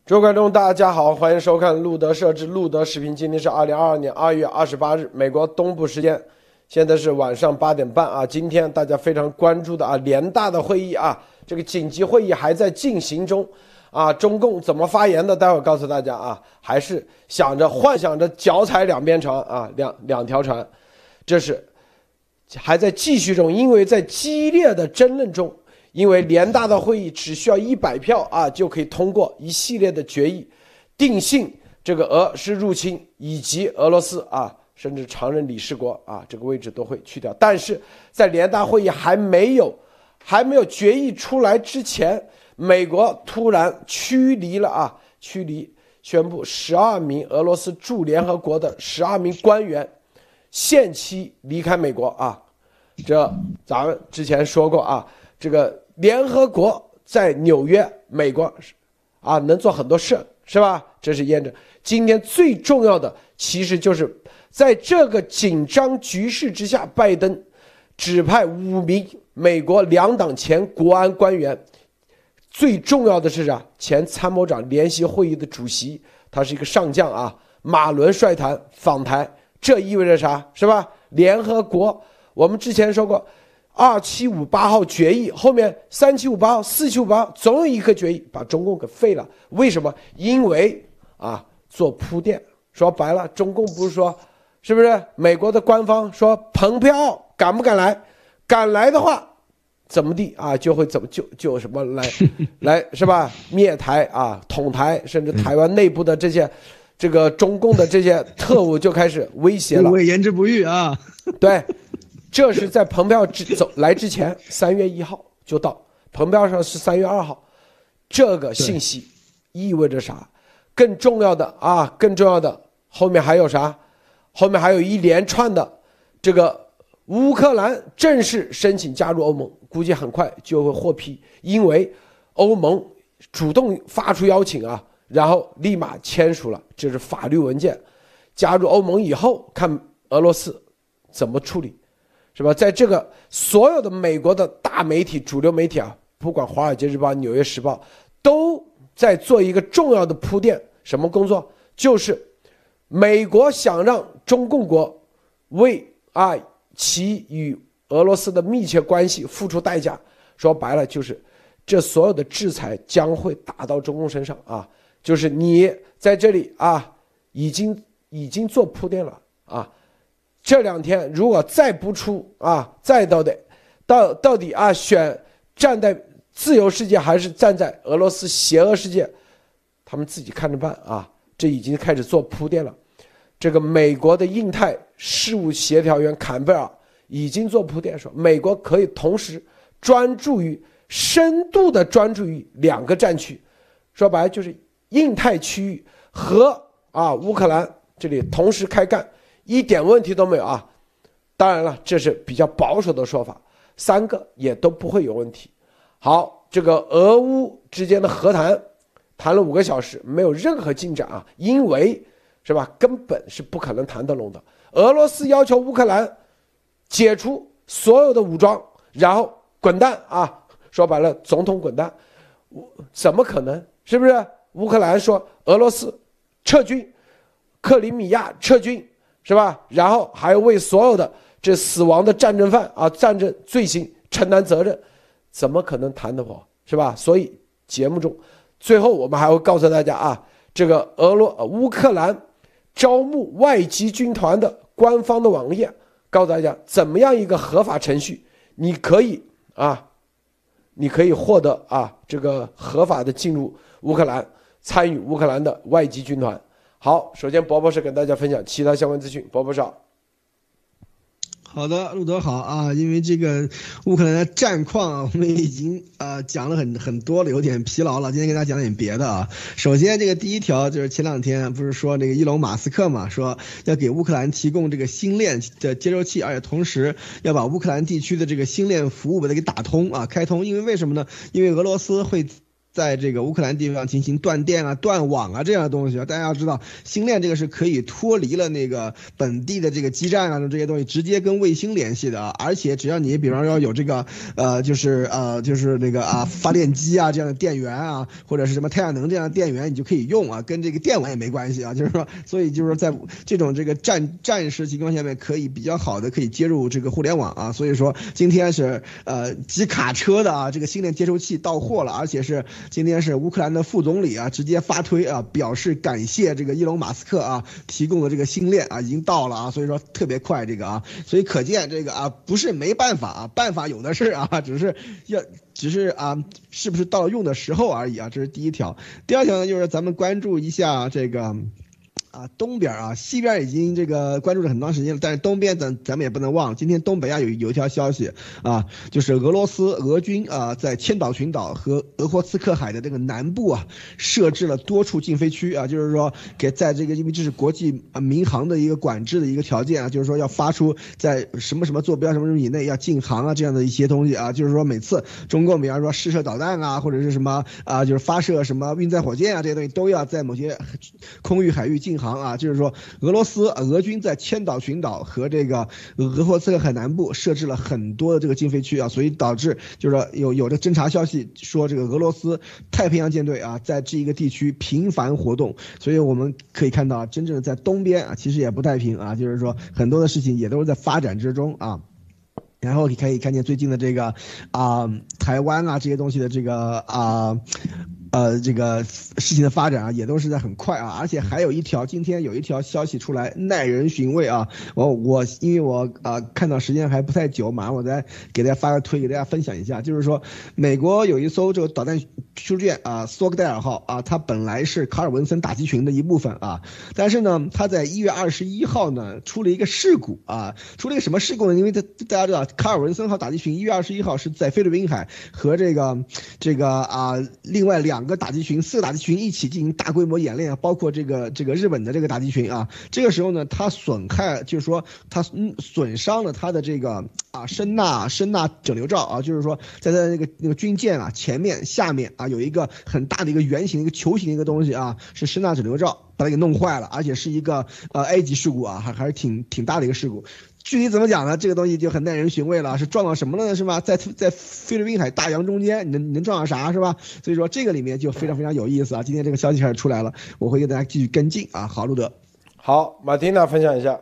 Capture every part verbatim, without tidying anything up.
诸位观众，大家好，欢迎收看路德社之路德视频。今天是二零二二年二月二十八日，美国东部时间，现在是晚上八点半啊。今天大家非常关注的啊，联大的会议啊，这个紧急会议还在进行中啊。中共怎么发言的？待会儿告诉大家啊，还是想着幻想着脚踩两边船啊，两两条船，这是还在继续中，因为在激烈的争论中。因为联大的会议只需要一百票啊，就可以通过一系列的决议，定性这个俄是入侵，以及俄罗斯啊，甚至常任理事国啊这个位置都会去掉。但是在联大会议还没有还没有决议出来之前，美国突然驱离了啊，驱离宣布十二名俄罗斯驻联合国的十二名官员限期离开美国啊。这咱们之前说过啊，这个联合国在纽约，美国啊能做很多事，是吧？这是验证。今天最重要的其实就是在这个紧张局势之下，拜登指派五名美国两党前国安官员，最重要的是啊，前参谋长联席会议的主席，他是一个上将啊，马伦率团访台，这意味着啥？是吧？联合国，我们之前说过。二七五八号决议后面三七五八号、四七五八号总有一个决议把中共给废了。为什么？因为啊做铺垫。说白了，中共不是说是不是美国的官方说蓬佩奥敢不敢来？敢来的话怎么地啊就会怎么就就什么来来是吧？灭台啊，统台，甚至台湾内部的这些这个中共的这些特务就开始威胁了， 不会言之不预啊。 对。这是在蓬佩奥走来之前，三月一号就到。蓬佩奥上是三月二号，这个信息意味着啥？更重要的啊，更重要的后面还有啥？后面还有一连串的这个乌克兰正式申请加入欧盟，估计很快就会获批，因为欧盟主动发出邀请啊，然后立马签署了，这是法律文件。加入欧盟以后，看俄罗斯怎么处理。是吧？在这个所有的美国的大媒体、主流媒体啊，不管《华尔街日报》、《纽约时报》，都在做一个重要的铺垫。什么工作？就是美国想让中共国为啊其与俄罗斯的密切关系付出代价。说白了，就是这所有的制裁将会打到中共身上啊！就是你在这里啊，已经已经做铺垫了啊。这两天如果再不出啊，再到底到到底啊，选站在自由世界还是站在俄罗斯邪恶世界，他们自己看着办啊。这已经开始做铺垫了。这个美国的印太事务协调员坎贝尔已经做铺垫说，美国可以同时专注于深度的专注于两个战区，说白了就是印太区域和啊乌克兰这里同时开干。一点问题都没有啊！当然了，这是比较保守的说法，三个也都不会有问题。好，这个俄乌之间的和谈谈了五个小时，没有任何进展啊，因为是吧，根本是不可能谈得拢的。俄罗斯要求乌克兰解除所有的武装，然后滚蛋啊！说白了，总统滚蛋，怎么可能？是不是？乌克兰说俄罗斯撤军，克里米亚撤军。是吧？然后还要为所有的这死亡的战争犯啊、战争罪行承担责任，怎么可能谈得妥？是吧？所以节目中，最后我们还会告诉大家啊，这个俄罗乌克兰招募外籍军团的官方的网页，告诉大家怎么样一个合法程序，你可以啊，你可以获得啊这个合法的进入乌克兰，参与乌克兰的外籍军团。好，首先博博士跟大家分享其他相关资讯。博博士好。 好的，路德好啊！因为这个乌克兰的战况啊，我们已经呃讲了很很多了，有点疲劳了。今天给大家讲点别的啊。首先，这个第一条就是前两天不是说这个伊隆马斯克嘛，说要给乌克兰提供这个星链的接收器，而且同时要把乌克兰地区的这个星链服务把它给打通啊，开通。因为为什么呢？因为俄罗斯会在这个乌克兰地方进行断电啊、断网啊这样的东西啊。大家要知道，星链这个是可以脱离了那个本地的这个基站啊这些东西，直接跟卫星联系的啊。而且只要你比方说有这个呃，就是呃，就是那个啊发电机啊这样的电源啊，或者是什么太阳能这样的电源，你就可以用啊，跟这个电网也没关系啊。就是说，所以就是说在这种这个战战时情况下面，可以比较好的可以接入这个互联网啊。所以说今天是呃几卡车的啊这个星链接收器到货了，而且是今天是乌克兰的副总理啊直接发推啊表示感谢这个伊隆马斯克啊提供的这个星链啊已经到了啊，所以说特别快这个啊，所以可见这个啊不是没办法啊，办法有的是啊，只是要只是啊是不是到了用的时候而已啊，这是第一条。第二条呢就是咱们关注一下这个。啊，东边啊，西边已经这个关注了很长时间了，但是东边咱咱们也不能忘了。今天东北亚有有一条消息啊，就是俄罗斯俄军啊在千岛群岛和鄂霍次克海的这个南部啊设置了多处禁飞区啊，就是说给在这个因为这是国际民航的一个管制的一个条件啊，就是说要发出在什么什么坐标什么什么以内要禁航啊这样的一些东西啊，就是说每次中共比方说试射导弹啊或者是什么啊就是发射什么运载火箭啊这些东西都要在某些空域海域禁航。啊，就是说，俄罗斯俄军在千岛群岛和这个鄂霍次克海南部设置了很多的这个禁飞区啊，所以导致就是说有有的侦察消息说这个俄罗斯太平洋舰队啊在这一个地区频繁活动，所以我们可以看到，真正在东边啊其实也不太平啊，就是说很多的事情也都是在发展之中啊。然后你可以看见最近的这个啊、呃、台湾啊这些东西的这个啊。呃呃，这个事情的发展啊，也都是在很快啊，而且还有一条，今天有一条消息出来，耐人寻味啊。我我因为我啊、呃、看到时间还不太久，马上我再给大家发个推，给大家分享一下。就是说，美国有一艘这个导弹驱逐舰啊，斯托克戴尔号啊，它本来是卡尔文森打击群的一部分啊，但是呢，它在一月二十一号呢出了一个事故啊，出了一个什么事故呢？因为它大家知道，卡尔文森号打击群一月二十一号是在菲律宾海和这个这个啊另外两个打击群，四个打击群一起进行大规模演练，包括这个这个日本的这个打击群啊。这个时候呢，它损害就是说它损伤了它的这个啊声呐声呐整流罩啊，就是说在它那个那个军舰啊前面下面啊有一个很大的一个圆形一个球形的一个东西啊，是声呐整流罩把它给弄坏了，而且是一个呃 A 级事故啊，还还是挺挺大的一个事故。具体怎么讲呢？这个东西就很耐人寻味了，是撞到什么了呢？是吧？在在菲律宾海大洋中间，你能你能撞到啥是吧？所以说这个里面就非常非常有意思啊！今天这个消息开始出来了，我会给大家继续跟进啊。好，路德， 好，马蒂娜分享一下。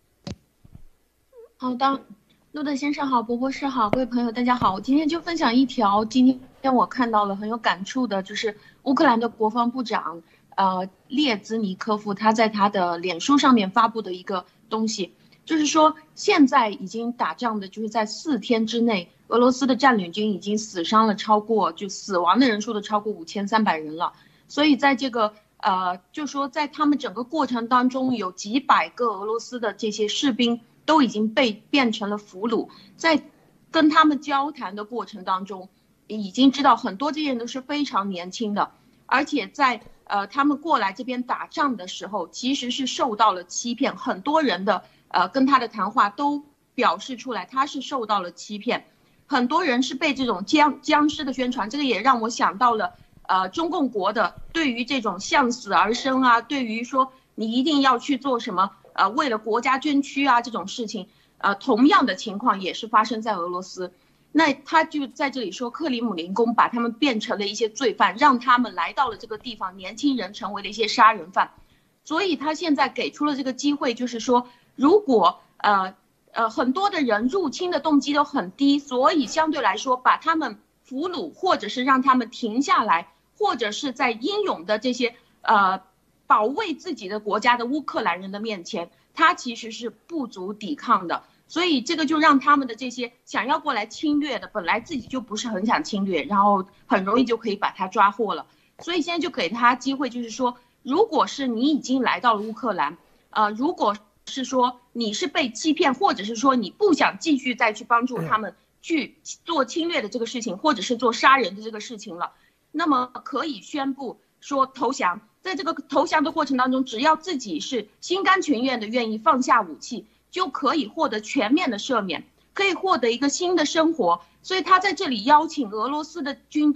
好的，路德先生好，伯伯师好，各位朋友大家好，我今天就分享一条今天我看到了很有感触的，就是乌克兰的国防部长呃列兹尼科夫他在他的脸书上面发布的一个东西。就是说，现在已经打仗的，就是在四天之内，俄罗斯的战略军已经死伤了超过，就死亡的人数都超过五千三百人了。所以在这个呃，就说在他们整个过程当中，有几百个俄罗斯的这些士兵都已经被变成了俘虏。在跟他们交谈的过程当中，已经知道很多这些人都是非常年轻的，而且在呃他们过来这边打仗的时候，其实是受到了欺骗，很多人的。呃，跟他的谈话都表示出来，他是受到了欺骗，很多人是被这种僵僵尸的宣传，这个也让我想到了，呃，中共国的对于这种向死而生啊，对于说你一定要去做什么，呃，为了国家捐躯啊这种事情，呃，同样的情况也是发生在俄罗斯。那他就在这里说，克里姆林宫把他们变成了一些罪犯，让他们来到了这个地方，年轻人成为了一些杀人犯，所以他现在给出了这个机会，就是说。如果呃呃很多的人入侵的动机都很低，所以相对来说把他们俘虏，或者是让他们停下来，或者是在英勇的这些呃保卫自己的国家的乌克兰人的面前，他其实是不足抵抗的。所以这个就让他们的这些想要过来侵略的，本来自己就不是很想侵略，然后很容易就可以把他抓获了。所以现在就给他机会，就是说，如果是你已经来到了乌克兰，呃，如果是说你是被欺骗，或者是说你不想继续再去帮助他们去做侵略的这个事情，或者是做杀人的这个事情了，那么可以宣布说投降。在这个投降的过程当中，只要自己是心甘情愿的愿意放下武器，就可以获得全面的赦免，可以获得一个新的生活。所以他在这里邀请俄罗斯的军队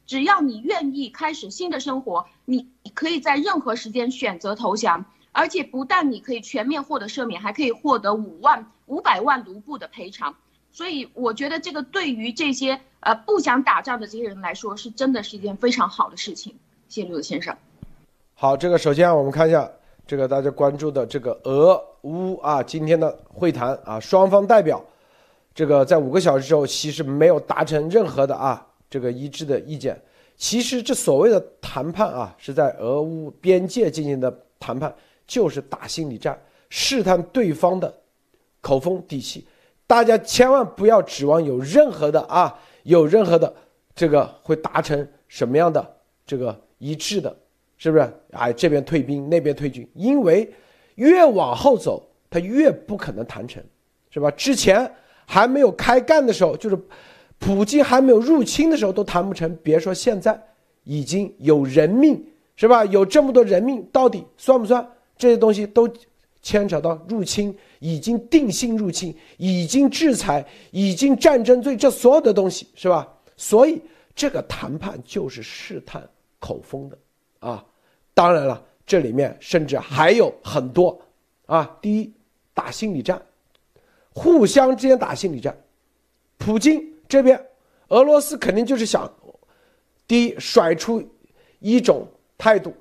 只要你愿意开始新的生活，你可以在任何时间选择投降，而且不但你可以全面获得赦免，还可以获得五万五百万卢布的赔偿。所以我觉得这个对于这些呃不想打仗的这些人来说，是真的是一件非常好的事情。谢谢陆先生。 好，这个首先我们看一下这个大家关注的这个俄乌啊今天的会谈啊，双方代表这个在五个小时之后其实没有达成任何的啊这个一致的意见。其实这所谓的谈判啊，是在俄乌边界进行的谈判，就是打心理战，试探对方的口风底气。大家千万不要指望有任何的啊，有任何的这个会达成什么样的这个一致的，是不是？哎，这边退兵，那边退军，因为越往后走，他越不可能谈成，是吧？之前还没有开干的时候，就是普京还没有入侵的时候都谈不成，别说现在已经有人命，是吧？有这么多人命，到底算不算？这些东西都牵扯到入侵，已经定性入侵，已经制裁，已经战争罪，这所有的东西，是吧？所以这个谈判就是试探口风的啊。当然了，这里面甚至还有很多啊。第一，打心理战，互相之间打心理战。普京这边，俄罗斯肯定就是想，第一甩出一种态度，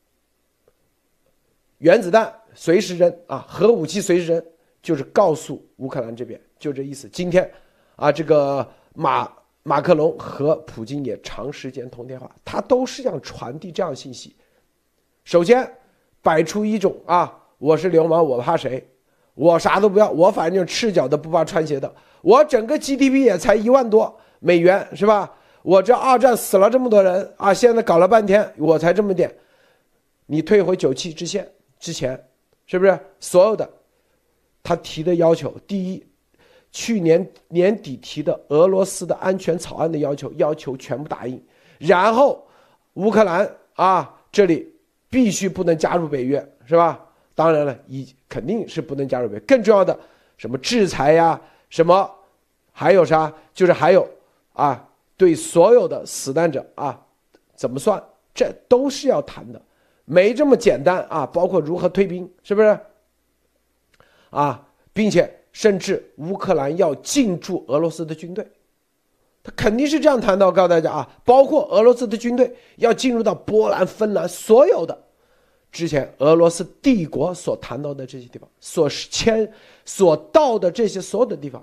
原子弹随时扔啊，核武器随时扔，就是告诉乌克兰这边，就这意思。今天啊，这个马马克龙和普京也长时间通电话，他都是想传递这样信息。首先摆出一种啊，我是流氓，我怕谁？我啥都不要，我反正赤脚的不怕穿鞋的。我整个 G D P 也才一万多美元，是吧？我这二战死了这么多人啊，现在搞了半天我才这么点。你退回九七之前之前，是不是所有的他提的要求？第一，去年年底提的俄罗斯的安全草案的要求，要求全部答应。然后乌克兰啊，这里必须不能加入北约，是吧？当然了，一肯定是不能加入北约。更重要的，什么制裁呀，什么还有啥？就是还有啊，对所有的死难者啊，怎么算？这都是要谈的，没这么简单啊。包括如何退兵，是不是？啊，并且甚至乌克兰要进驻俄罗斯的军队，他肯定是这样谈到。告诉大家啊，包括俄罗斯的军队要进入到波兰、芬兰所有的之前俄罗斯帝国所谈到的这些地方，所签所到的这些所有的地方，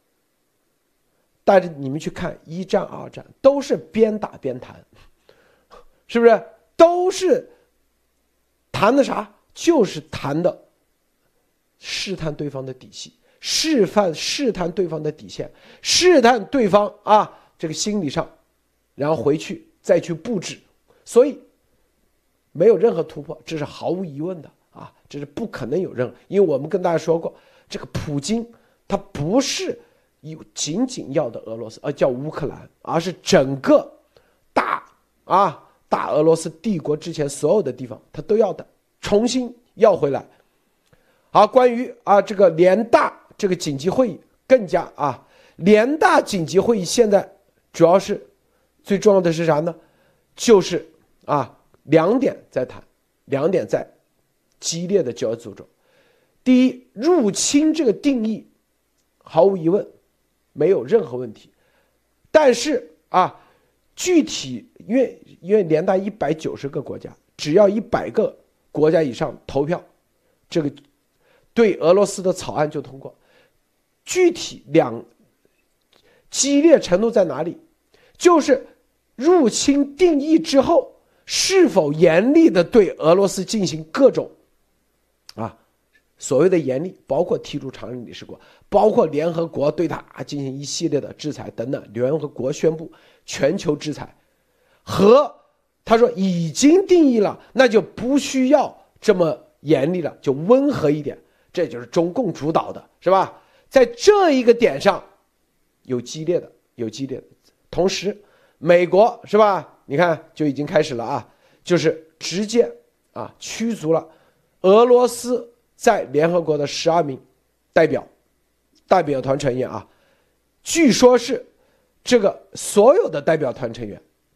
带着你们去看一战、二战，都是边打边谈，是不是？都是谈的啥？就是谈的试探对方的底细，试探试探对方的底线，试探对方啊这个心理上，然后回去再去布置。所以没有任何突破，这是毫无疑问的啊，这是不可能有任何。因为我们跟大家说过，这个普京他不是有仅仅要的俄罗斯，而叫乌克兰，而是整个大啊大俄罗斯帝国之前所有的地方，他都要的，重新要回来。好，关于啊这个联大这个紧急会议更加啊，联大紧急会议现在主要是最重要的是啥呢？就是啊。两点在谈，两点在激烈的交组中。第一，入侵这个定义毫无疑问没有任何问题，但是啊，具体因为因为联大一百九十个国家，只要一百个国家以上投票，这个对俄罗斯的草案就通过。具体两激烈程度在哪里？就是入侵定义之后，是否严厉的对俄罗斯进行各种啊所谓的严厉，包括踢出常任理事国，包括联合国对他进行一系列的制裁等等，联合国宣布全球制裁，和他说已经定义了，那就不需要这么严厉了，就温和一点，这就是中共主导的，是吧？在这一个点上有激烈的有激烈的，同时美国是吧，你看就已经开始了啊，就是直接啊驱逐了俄罗斯在联合国的十二名代表代表团成员啊，据说是这个所有的代表团成员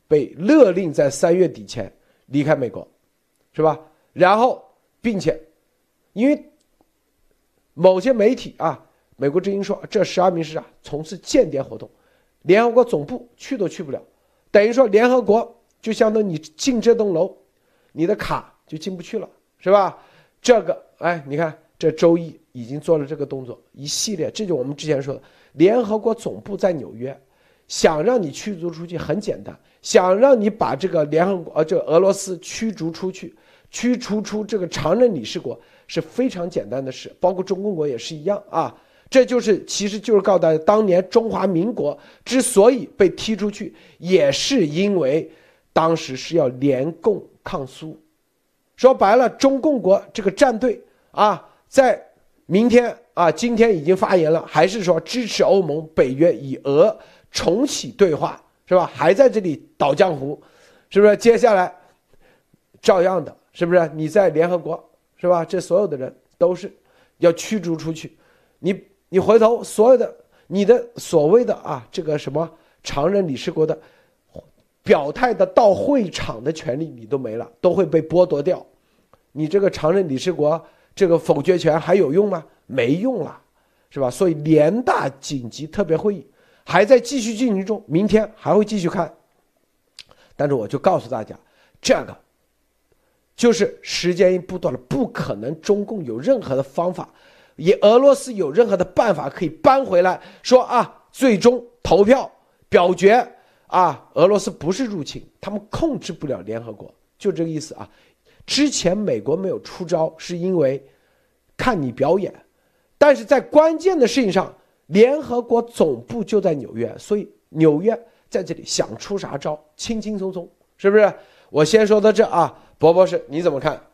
被勒令在三月底前离开美国，是吧？然后，并且，因为某些媒体啊，美国之音说这十二名师啊从事间谍活动，联合国总部去都去不了，等于说联合国就相当于你进这栋楼，你的卡就进不去了，是吧？这个，哎，你看这周一已经做了这个动作，一系列，这就我们之前说的，联合国总部在纽约，想让你驱逐出去很简单，想让你把这个联合国呃这个俄罗斯驱逐出去，驱逐出这个常任理事国是非常简单的事，包括中共国也是一样啊。这就是其实就是告诉大家，当年中华民国之所以被踢出去，也是因为当时是要联共抗苏。说白了，中共国这个战队啊，在明天啊，今天已经发言了，还是说支持欧盟、北约以俄重启对话，是吧？还在这里倒浆糊，是不是？接下来照样的，是不是？你在联合国，是吧？这所有的人都是要驱逐出去。你你回头所有的你的所谓的啊这个什么常任理事国的表态的到会场的权利你都没了，都会被剥夺掉。你这个常任理事国这个否决权还有用吗？没用了，是吧？所以联大紧急特别会议还在继续进行中，明天还会继续看。但是我就告诉大家，这个就是时间一步到了，不可能中共有任何的方法，也俄罗斯有任何的办法可以扳回来，说啊，最终投票表决啊，俄罗斯不是入侵，他们控制不了联合国，就这个意思啊。之前美国没有出招，是因为看你表演，但是在关键的事情上，联合国总部就在纽约，所以纽约在这里想出啥招，轻轻松松，是不是？我先说到这啊，博博士你怎么看？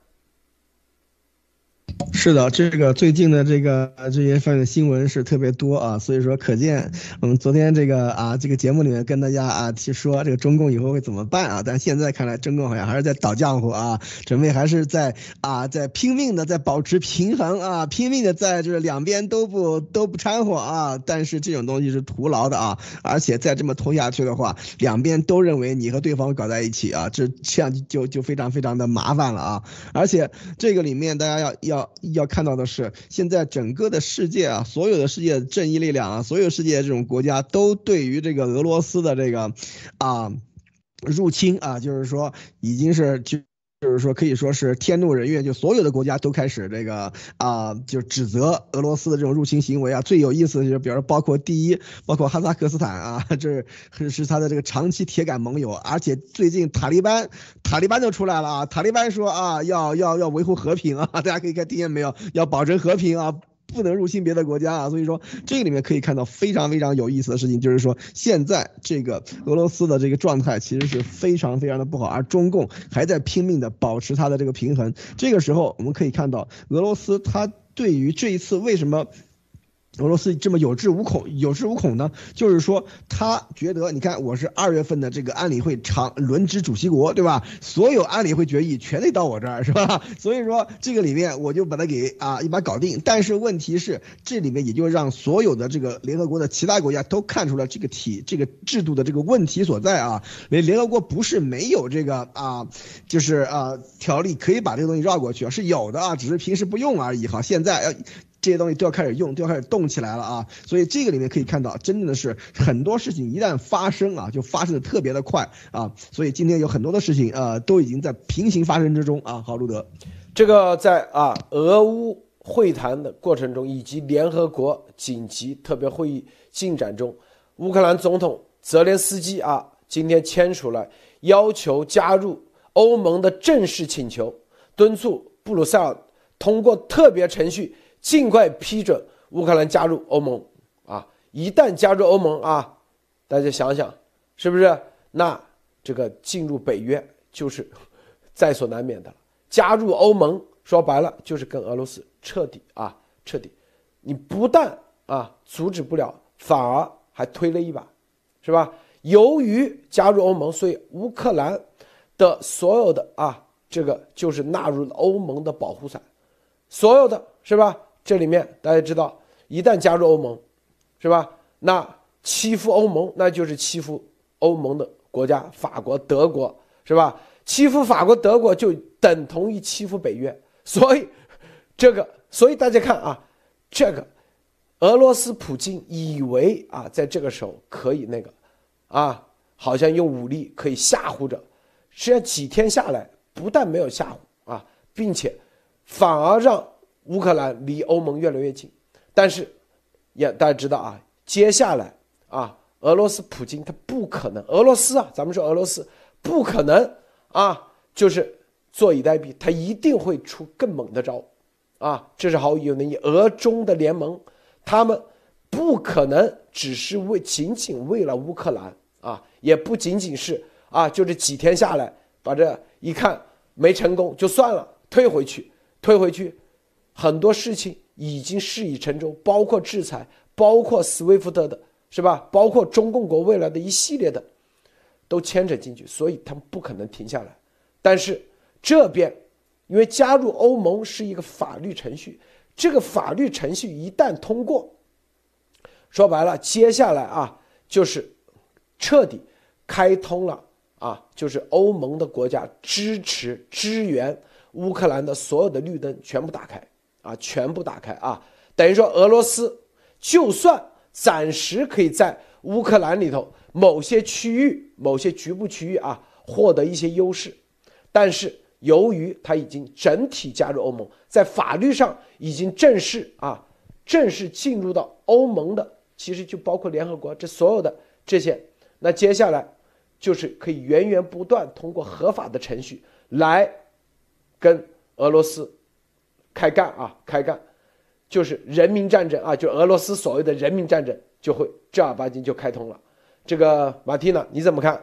是的，这个最近的这个这些方面的新闻是特别多啊，所以说可见我们昨天这个啊这个节目里面跟大家啊提说这个中共以后会怎么办啊，但现在看来中共好像还是在倒浆糊啊，准备还是在啊在拼命的在保持平衡啊，拼命的在就是两边都不都不掺和啊，但是这种东西是徒劳的啊，而且再这么拖下去的话，两边都认为你和对方搞在一起啊，这这样就就非常非常的麻烦了啊，而且这个里面大家要要。要看到的是，现在整个的世界啊，所有的世界正义力量啊，所有世界这种国家都对于这个俄罗斯的这个啊入侵啊，就是说已经是就。就是说，可以说是天怒人怨，就所有的国家都开始这个啊，就指责俄罗斯的这种入侵行为啊。最有意思的就是，比如说包括第一，包括哈萨克斯坦啊，这是是他的这个长期铁杆盟友，而且最近塔利班塔利班就出来了啊，塔利班说啊，要要要维护和平啊，大家可以看听见没有？要保证和平啊。不能入侵别的国家啊，所以说这个里面可以看到非常非常有意思的事情，就是说现在这个俄罗斯的这个状态其实是非常非常的不好，而中共还在拼命的保持它的这个平衡。这个时候我们可以看到，俄罗斯它对于这一次为什么俄罗斯这么有恃无恐，有恃无恐呢？就是说，他觉得，你看，我是二月份的这个安理会常轮值主席国，对吧？所有安理会决议全得到我这儿，是吧？所以说，这个里面我就把它给啊一把搞定。但是问题是，这里面也就让所有的这个联合国的其他国家都看出了这个体这个制度的这个问题所在啊。联联合国不是没有这个啊，就是啊条例可以把这个东西绕过去啊，是有的啊，只是平时不用而已。好，现在要。这些东西都要开始用，都要开始动起来了啊！所以这个里面可以看到，真正的是很多事情一旦发生啊，就发生的特别的快啊！所以今天有很多的事情呃，都已经在平行发生之中啊。好，路德， 这个在啊俄乌会谈的过程中，以及联合国紧急特别会议进展中，乌克兰总统泽连斯基啊今天签署了要求加入欧盟的正式请求，敦促布鲁塞尔通过特别程序。尽快批准乌克兰加入欧盟啊！一旦加入欧盟啊，大家想想，是不是？那这个进入北约就是在所难免的了。加入欧盟，说白了就是跟俄罗斯彻底啊，彻底。你不但啊阻止不了，反而还推了一把，是吧？由于加入欧盟，所以乌克兰的所有的啊，这个就是纳入了欧盟的保护伞，所有的是吧？这里面大家知道，一旦加入欧盟，是吧？那欺负欧盟，那就是欺负欧盟的国家，法国、德国，是吧？欺负法国、德国就等同于欺负北约，所以这个，所以大家看啊，这个俄罗斯普京以为啊，在这个时候可以那个啊，好像用武力可以吓唬着，实际上几天下来，不但没有吓唬啊，并且反而让乌克兰离欧盟越来越近。但是也大家知道啊，接下来啊，俄罗斯普京他不可能，俄罗斯啊，咱们说俄罗斯不可能啊，就是坐以待毙，他一定会出更猛的招啊，这是毫无疑问的。俄中的联盟，他们不可能只是为仅仅为了乌克兰啊，也不仅仅是啊，就是几天下来把这一看没成功就算了，退回去，退回去，很多事情已经事已成终，包括制裁，包括 S W I F T 的，是吧？包括中共国未来的一系列的，都牵扯进去，所以他们不可能停下来。但是这边，因为加入欧盟是一个法律程序，这个法律程序一旦通过，说白了，接下来啊，就是彻底开通了啊，就是欧盟的国家支持支援乌克兰的所有的绿灯全部打开啊，全部打开啊，等于说俄罗斯就算暂时可以在乌克兰里头某些区域、某些局部区域啊获得一些优势，但是由于它已经整体加入欧盟，在法律上已经正式啊正式进入到欧盟的，其实就包括联合国这所有的这些，那接下来就是可以源源不断通过合法的程序来跟俄罗斯开干啊，开干，就是人民战争啊，就俄罗斯所谓的人民战争就会正儿八经就开通了。这个马蒂娜你怎么看？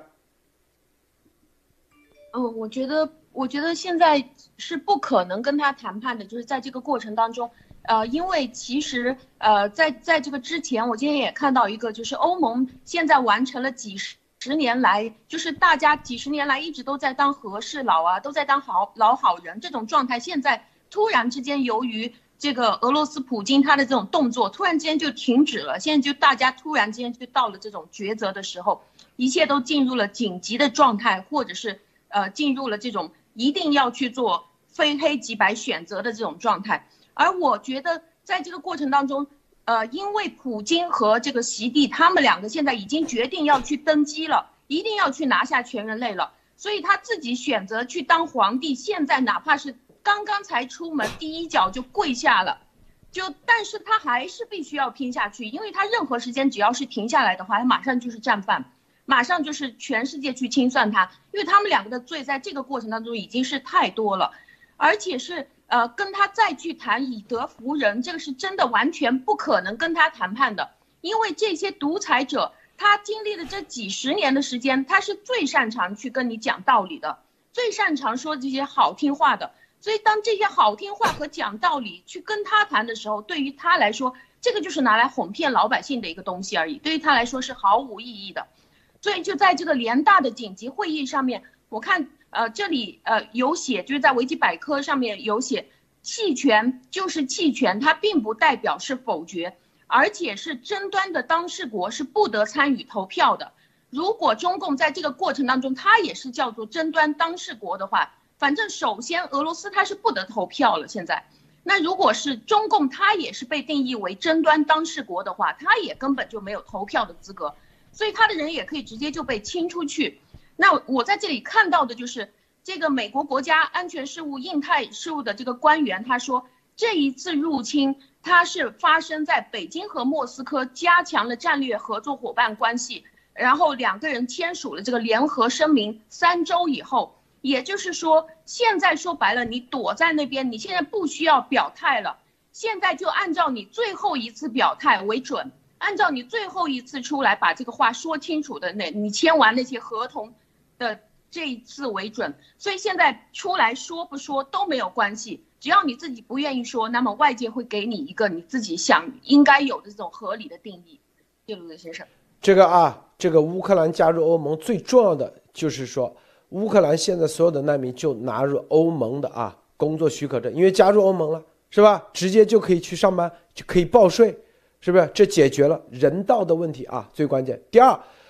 嗯，我觉得，我觉得现在是不可能跟他谈判的，就是在这个过程当中，呃，因为其实呃，在在这个之前，我今天也看到一个，就是欧盟现在完成了几十十年来，就是大家几十年来一直都在当和事佬啊，都在当好老好人这种状态，现在突然之间由于这个俄罗斯普京他的这种动作，突然之间就停止了，现在就大家突然之间就到了这种抉择的时候，一切都进入了紧急的状态，或者是呃进入了这种一定要去做非黑即白选择的这种状态。而我觉得在这个过程当中，呃，因为普京和这个习帝他们两个现在已经决定要去登基了，一定要去拿下全人类了，所以他自己选择去当皇帝，现在哪怕是刚刚才出门第一脚就跪下了，就但是他还是必须要拼下去，因为他任何时间只要是停下来的话，他马上就是战犯，马上就是全世界去清算他，因为他们两个的罪在这个过程当中已经是太多了，而且是呃跟他再去谈以德服人，这个是真的完全不可能跟他谈判的，因为这些独裁者他经历了这几十年的时间，他是最擅长去跟你讲道理的，最擅长说这些好听话的。所以当这些好听话和讲道理去跟他谈的时候，对于他来说，这个就是拿来哄骗老百姓的一个东西而已，对于他来说是毫无意义的。所以就在这个联大的紧急会议上面，我看呃这里呃有写，就是在维基百科上面有写，弃权就是弃权，它并不代表是否决，而且是争端的当事国是不得参与投票的。如果中共在这个过程当中，它也是叫做争端当事国的话，反正首先俄罗斯它是不得投票了现在，那如果是中共它也是被定义为争端当事国的话，它也根本就没有投票的资格，所以他的人也可以直接就被清出去。那我在这里看到的就是这个美国国家安全事务印太事务的这个官员他说，这一次入侵它是发生在北京和莫斯科加强了战略合作伙伴关系，然后两个人签署了这个联合声明三周以后，也就是说，现在说白了，你躲在那边，你现在不需要表态了，现在就按照你最后一次表态为准，按照你最后一次出来把这个话说清楚的那，你签完那些合同的这一次为准。所以现在出来说不说都没有关系，只要你自己不愿意说，那么外界会给你一个你自己想应该有的这种合理的定义。谢鲁德先生， 这个啊，这个乌克兰加入欧盟最重要的就是说，乌克兰现在所有的难民就拿入欧盟的啊工作许可证，因为加入欧盟了，是吧？直接就可以去上班，就可以报税，是不是？这解决了人道的问题啊，最关键。第二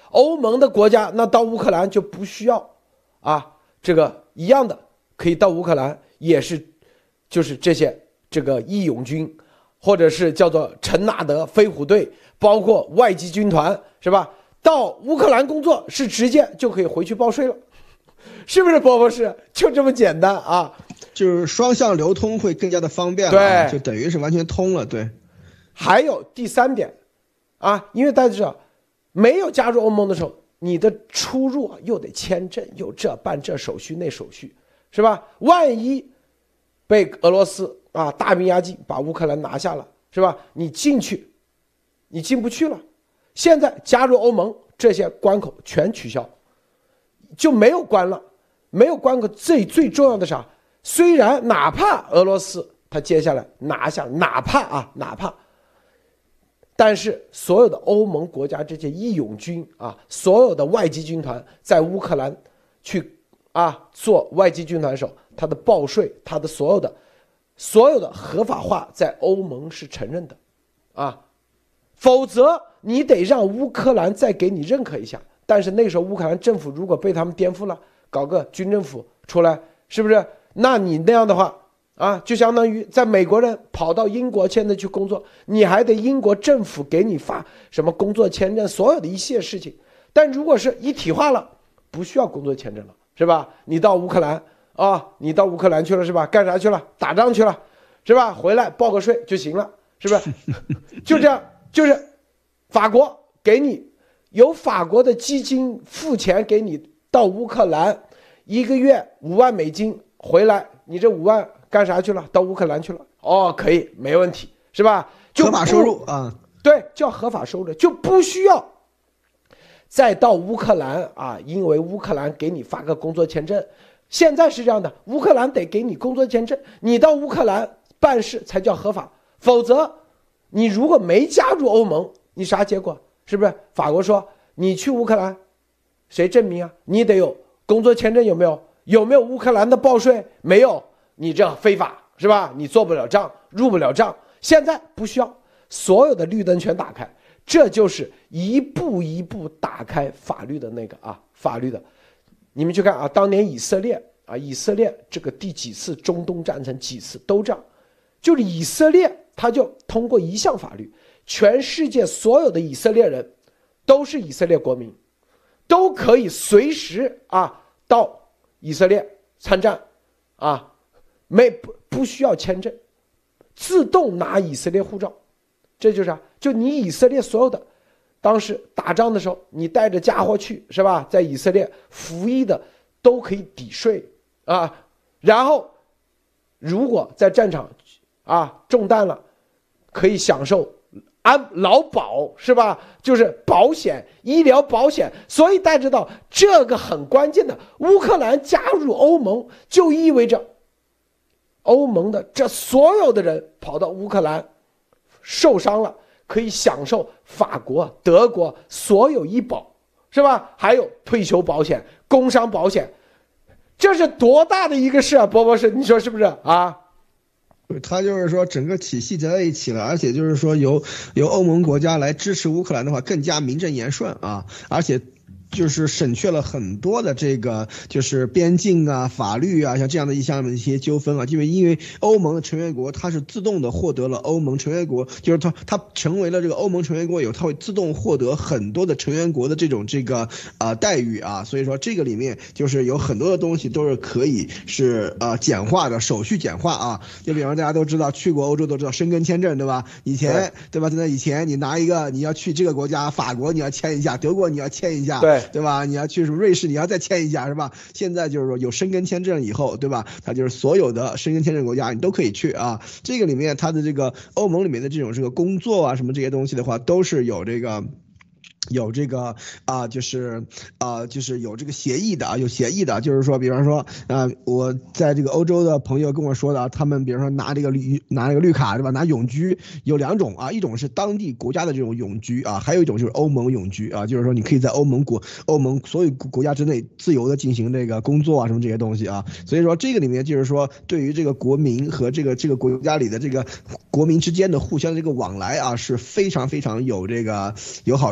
欧盟的国家那到乌克兰就不需要啊，这个一样的可以到乌克兰，也是就是这些这个义勇军，或者是叫做陈纳德飞虎队，包括外籍军团，是吧？到乌克兰工作是直接就可以回去报税了，是不是波波士？就这么简单啊， 就是双向流通会更加的方便了， 对， 就等于是完全通了，对。 还有第三点啊，因为大家知道，没有加入欧盟的时候，你的出入啊又得签证，又这办这手续那手续，是吧？万一被俄罗斯啊大兵压境把乌克兰拿下了，是吧？你进去，你进不去了。现在加入欧盟，这些关口全取消，就没有关了，没有关口。最最重要的啥？虽然哪怕俄罗斯他接下来拿下，哪怕啊哪怕。但是所有的欧盟国家这些义勇军啊，所有的外籍军团在乌克兰去啊做外籍军团的时候，他的报税，他的所有的所有的合法化在欧盟是承认的啊，否则你得让乌克兰再给你认可一下。但是那时候乌克兰政府如果被他们颠覆了，搞个军政府出来，是不是？那你那样的话啊，就相当于在美国人跑到英国现在去工作，你还得英国政府给你发什么工作签证，所有的一切事情。但如果是一体化了，不需要工作签证了，是吧？你到乌克兰啊，你到乌克兰去了是吧？干啥去了？打仗去了，是吧？回来报个税就行了，是不是？就这样，就是法国给你由法国的基金付钱给你到乌克兰，一个月五万美金回来，你这五万。干啥去了？到乌克兰去了？哦，可以，没问题，是吧？就合法收入啊， 对，叫合法收入，就不需要再到乌克兰啊，因为乌克兰给你发个工作签证。现在是这样的，乌克兰得给你工作签证，你到乌克兰办事才叫合法，否则你如果没加入欧盟，你啥结果？是不是？法国说你去乌克兰，谁证明啊？你得有工作签证，有没有？有没有乌克兰的报税？没有。你这非法是吧？你做不了账，入不了账。现在不需要，所有的绿灯全打开，这就是一步一步打开法律的那个啊，法律的。你们去看啊，当年以色列啊，以色列这个第几次中东战争几次都这样，就是以色列他就通过一项法律，全世界所有的以色列人都是以色列国民，都可以随时啊到以色列参战啊。没不不需要签证，自动拿以色列护照，这就是啊，就你以色列所有的，当时打仗的时候，你带着家伙去是吧？在以色列服役的都可以抵税啊。然后，如果在战场啊中弹了，可以享受安劳保是吧？就是保险、医疗保险。所以大家知道这个很关键的，乌克兰加入欧盟就意味着。欧盟的这所有的人跑到乌克兰受伤了，可以享受法国、德国所有医保，是吧？还有退休保险、工伤保险，这是多大的一个事啊！波波士，你说是不是啊？ 他就是说整个体系在一起了，而且就是说由由欧盟国家来支持乌克兰的话，更加名正言顺啊，而且。就是省却了很多的这个就是边境啊、法律啊，像这样的一项的一些纠纷啊，因为因为欧盟的成员国它是自动的获得了欧盟成员国，就是它它成为了这个欧盟成员国以后，它会自动获得很多的成员国的这种这个啊、呃、待遇啊，所以说这个里面就是有很多的东西都是可以是呃简化的，手续简化啊，就比方大家都知道去过欧洲都知道申根签证对吧？以前 对, 对吧？在以前你拿一个你要去这个国家，法国你要签一下，德国你要签一下， 对。 对吧？你要去什么瑞士，你要再签一下，是吧？现在就是说有申根签证以后，对吧？它就是所有的申根签证国家你都可以去啊。这个里面它的这个欧盟里面的这种这个工作啊什么这些东西的话，都是有这个。有这个啊、呃，就是啊、呃，就是有这个协议的啊，有协议的，就是说，比方说，呃，我在这个欧洲的朋友跟我说的，他们比如说拿这个绿拿这个绿卡对吧？拿永居有两种啊，一种是当地国家的这种永居啊，还有一种就是欧盟永居啊，就是说你可以在欧盟国欧盟所有国家之内自由的进行这个工作啊什么这些东西啊，所以说这个里面就是说对于这个国民和这个这个国家里的这个国民之间的互相的这个往来啊是非常非常有这个有好处的啊。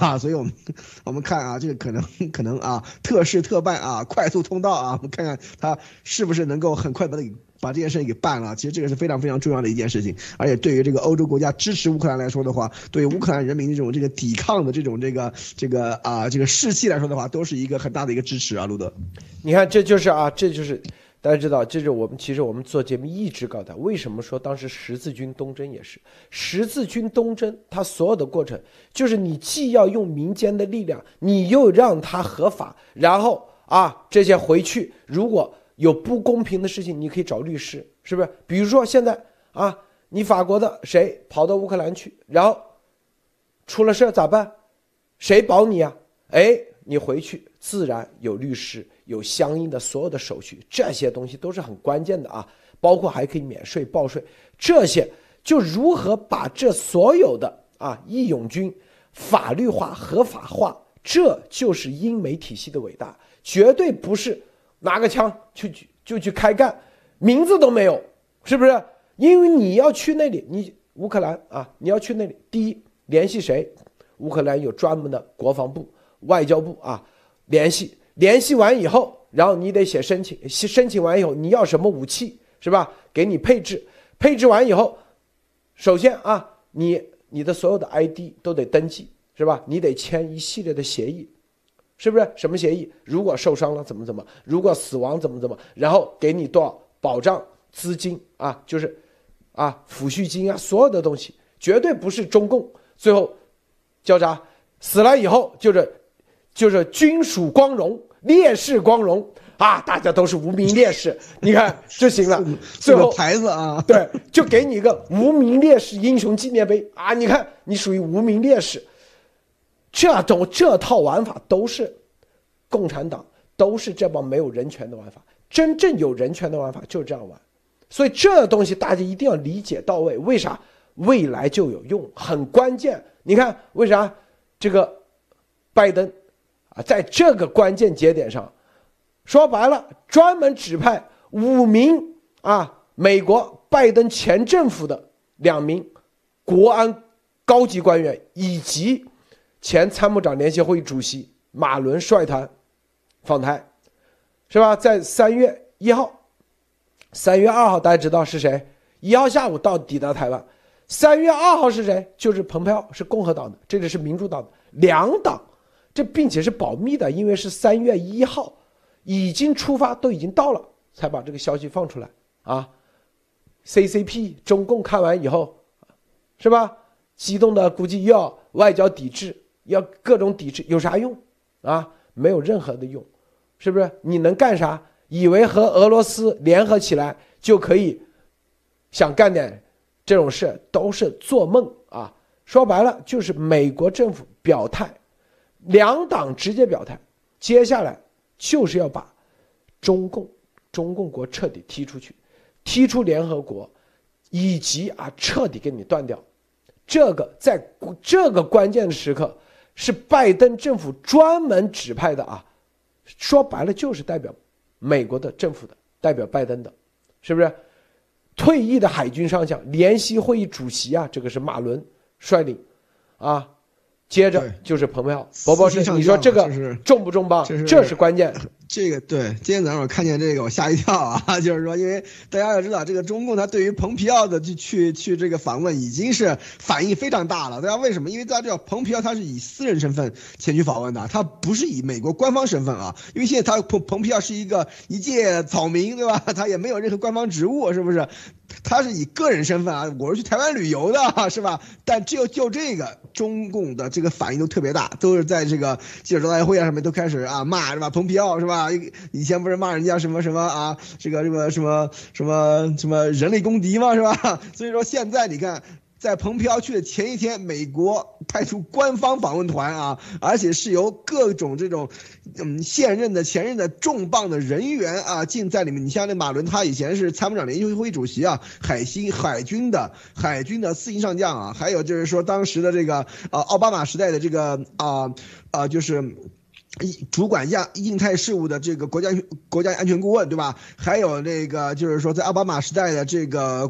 啊，所以我们我们看啊，这个可能可能啊，特事特办啊，快速通道啊，我们看看他是不是能够很快把它给把这件事情给办了。其实这个是非常非常重要的一件事情，而且对于这个欧洲国家支持乌克兰来说的话，对于乌克兰人民这种这个抵抗的这种这个这个啊这个士气来说的话，都是一个很大的一个支持啊，路德。 你看，这就是啊，这就是大家知道，这是我们其实我们做节目一直告诉他，为什么说当时十字军东征也是十字军东征，它所有的过程就是你既要用民间的力量，你又让它合法，然后啊这些回去如果有不公平的事情，你可以找律师，是不是？比如说现在啊，你法国的谁跑到乌克兰去，然后出了事咋办？谁保你啊？哎，你回去自然有律师，有相应的所有的手续，这些东西都是很关键的啊。包括还可以免税报税，这些就如何把这所有的啊义勇军法律化、合法化，这就是英美体系的伟大，绝对不是拿个枪就就去开干，名字都没有，是不是？因为你要去那里，你乌克兰啊，你要去那里，第一联系谁？乌克兰有专门的国防部、外交部啊，联系联系完以后，然后你得写申请，申请完以后你要什么武器，是吧？给你配置，配置完以后，首先啊，你你的所有的 I D 都得登记，是吧？你得签一系列的协议，是不是？什么协议？如果受伤了怎么怎么，如果死亡怎么怎么，然后给你多少保障资金啊，就是啊抚恤金啊，所有的东西绝对不是中共最后叫啥死了以后就是就是军属光荣、烈士光荣啊，大家都是无名烈士，你看就行了。最后牌子啊， 对，就给你一个无名烈士英雄纪念碑啊，你看你属于无名烈士。这种这套玩法都是共产党，都是这帮没有人权的玩法。真正有人权的玩法就是这样玩，所以这东西大家一定要理解到位。为啥？未来就有用，很关键。你看为啥这个拜登啊，在这个关键节点上，说白了，专门指派五名啊，美国拜登前政府的两名国安高级官员以及前参谋长联席会议主席马伦率团访台，是吧？在三月一号、三月二号，大家知道是谁？一号下午到抵达台湾。三月二号是谁？就是蓬佩奥，是共和党的，这里是民主党的，两党，这并且是保密的，因为是三月一号已经出发，都已经到了，才把这个消息放出来啊。C C P 中共看完以后，是吧？激动的估计要外交抵制，要各种抵制，有啥用啊？没有任何的用，是不是？你能干啥？以为和俄罗斯联合起来就可以想干点这种事，都是做梦啊！说白了就是美国政府表态，两党直接表态，接下来就是要把中共中共国彻底踢出去，踢出联合国，以及啊彻底给你断掉。这个在这个关键的时刻是拜登政府专门指派的啊，说白了就是代表美国的政府的，代表拜登的，是不是？退役的海军上将、联席会议主席啊，这个是马伦率领啊，接着就是蓬佩奥。伯伯是你说这个重不重磅？ 这是这是关键。 这个对，今天早上我看见这个，我吓一跳啊！就是说，因为大家要知道，这个中共他对于蓬佩奥的去去去这个访问已经是反应非常大了。大家为什么？因为大家知道，蓬佩奥他是以私人身份前去访问的，他不是以美国官方身份啊。因为现在他蓬蓬佩奥是一个一介草民，对吧？他也没有任何官方职务，是不是？他是以个人身份啊，我是去台湾旅游的，是吧？但只有就这个中共的这个反应都特别大，都是在这个记者招待会啊上面都开始啊骂，是吧？蓬佩奥是吧？以前不是骂人家什么什么啊，这个这个什么什么什么人类公敌嘛，是吧？所以说现在你看，在蓬佩奥去的前一天，美国派出官方访问团啊，而且是由各种这种嗯现任的、前任的重磅的人员啊进在里面。你像那马伦，他以前是参谋长联席会议主席啊，海星海军的海军的四星上将啊，还有就是说当时的这个啊奥巴马时代的这个啊啊就是。主管亚印太事务的这个国家国家安全顾问，对吧？还有那个就是说，在奥巴马时代的这个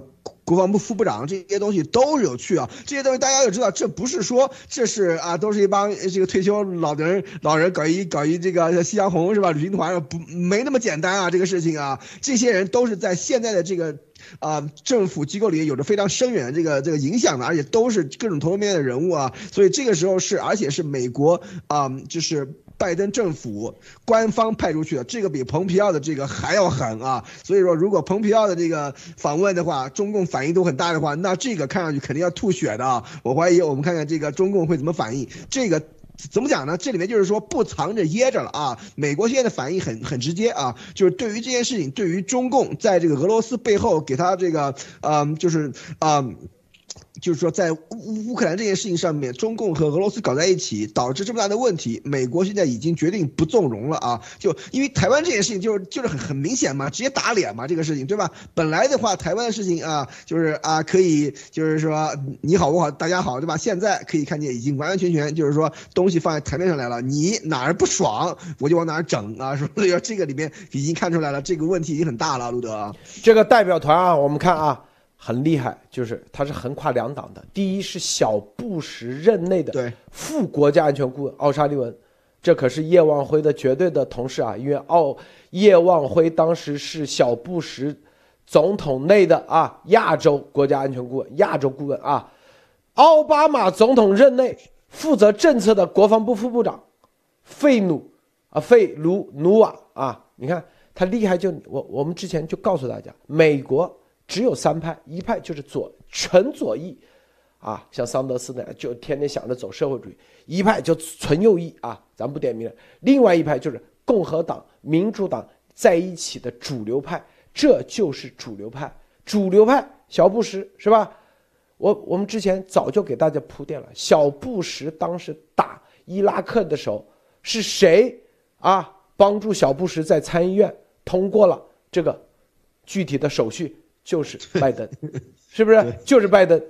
国防部副部长，这些东西都是有趣啊。这些东西大家要知道，这不是说这是啊，都是一帮这个退休老人老人搞一搞一这个夕阳红是吧？旅行团不没那么简单啊，这个事情啊，这些人都是在现在的这个。啊、呃，政府机构里有着非常深远的这个这个影响的，而且都是各种头头面面的人物啊，所以这个时候是，而且是美国啊、呃，就是拜登政府官方派出去的，这个比蓬皮奥的这个还要狠啊。所以说，如果蓬皮奥的这个访问的话，中共反应都很大的话，那这个看上去肯定要吐血的啊。我怀疑我们看看这个中共会怎么反应。这个。怎么讲呢？这里面就是说不藏着掖着了啊！美国现在的反应很很直接啊，就是对于这件事情，对于中共在这个俄罗斯背后给他这个，嗯，就是嗯。就是说，在乌乌克兰这件事情上面，中共和俄罗斯搞在一起，导致这么大的问题，美国现在已经决定不纵容了啊！就因为台湾这件事情就，就是就是很很明显嘛，直接打脸嘛，这个事情对吧？本来的话，台湾的事情啊，就是啊，可以就是说你好我好大家好，对吧？现在可以看见已经完完全全就是说东西放在台面上来了，你哪儿不爽我就往哪儿整啊！所以说这个里面已经看出来了，这个问题已经很大了，路德。 这个代表团啊，我们看啊。很厉害，就是他是横跨两党的。第一是小布什任内的副国家安全顾问奥沙利文，这可是叶望辉的绝对的同事啊，因为奥叶望辉当时是小布什总统内的啊亚洲国家安全顾问、亚洲顾问啊。奥巴马总统任内负责政策的国防部副部长费努啊费卢努瓦啊，你看他厉害就，就我我们之前就告诉大家，美国。只有三派，一派就是左纯左翼，啊，像桑德斯那样就天天想着走社会主义；一派就纯右翼啊，咱不点名了。另外一派就是共和党、民主党在一起的主流派，这就是主流派。主流派，小布什是吧？我我们之前早就给大家铺垫了，小布什当时打伊拉克的时候，是谁啊帮助小布什在参议院通过了这个具体的手续？就是拜登，是不是？就是拜登。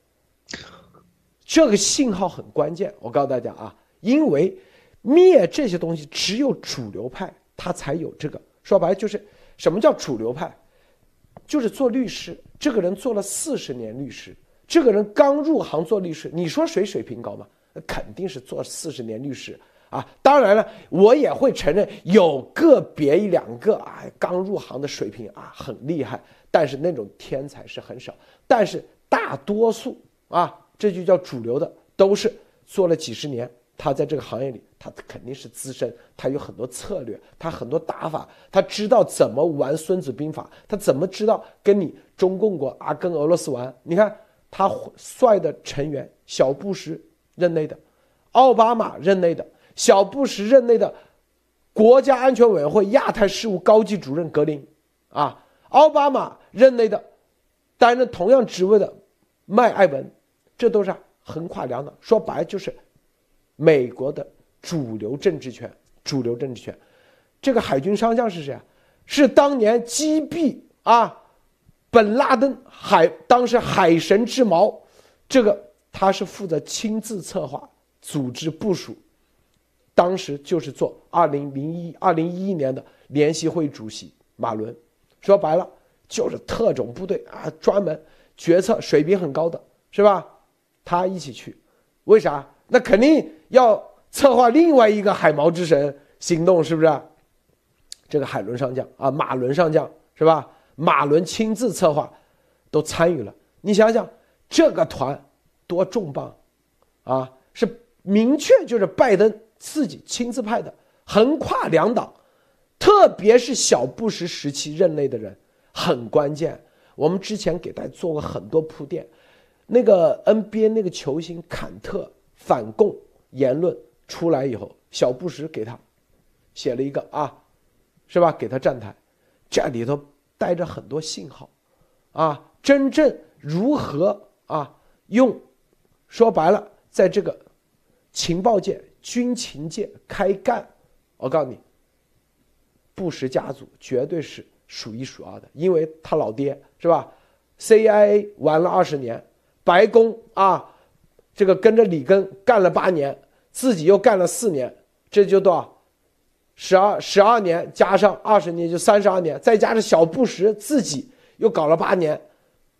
这个信号很关键，我告诉大家啊，因为灭这些东西只有主流派他才有这个。说白了就是什么叫主流派？就是做律师，这个人做了四十年律师，这个人刚入行做律师，你说谁水平高吗？肯定是做四十年律师啊。当然了，我也会承认有个别一两个啊刚入行的水平啊很厉害。但是那种天才是很少，但是大多数啊，这就叫主流的，都是做了几十年，他在这个行业里，他肯定是资深，他有很多策略，他很多打法，他知道怎么玩孙子兵法，他怎么知道跟你中共国啊，跟俄罗斯玩。你看他率的成员，小布什任内的，奥巴马任内的，小布什任内的国家安全委员会亚太事务高级主任格林啊。奥巴马任内的担任同样职位的麦艾文，这都是横跨两党，说白了就是美国的主流政治圈。主流政治圈，这个海军上将是谁啊？是当年击毙啊本拉登海当时海神之矛，这个他是负责亲自策划、组织部署，当时就是做二零零一二零一一年的联席会主席马伦。说白了就是特种部队啊，专门决策水平很高的，是吧？他一起去，为啥？那肯定要策划另外一个海锚之神行动，是不是？这个海伦上将啊，马伦上将是吧？马伦亲自策划，都参与了。你想想，这个团多重磅啊！是明确就是拜登自己亲自派的，横跨两党。特别是小布什时期任内的人很关键，我们之前给大家做过很多铺垫。那个 N B A 那个球星坎特反共言论出来以后，小布什给他写了一个啊，是吧？给他站台，这里头带着很多信号啊，真正如何啊用，说白了，在这个情报界、军情界开干，我告诉你。布什家族绝对是数一数二的，因为他老爹是吧 ？C I A 玩了二十年，白宫啊，这个跟着里根干了八年，自己又干了四年，这就多少？十二十二年加上二十年就三十二年，再加上小布什自己又搞了八年，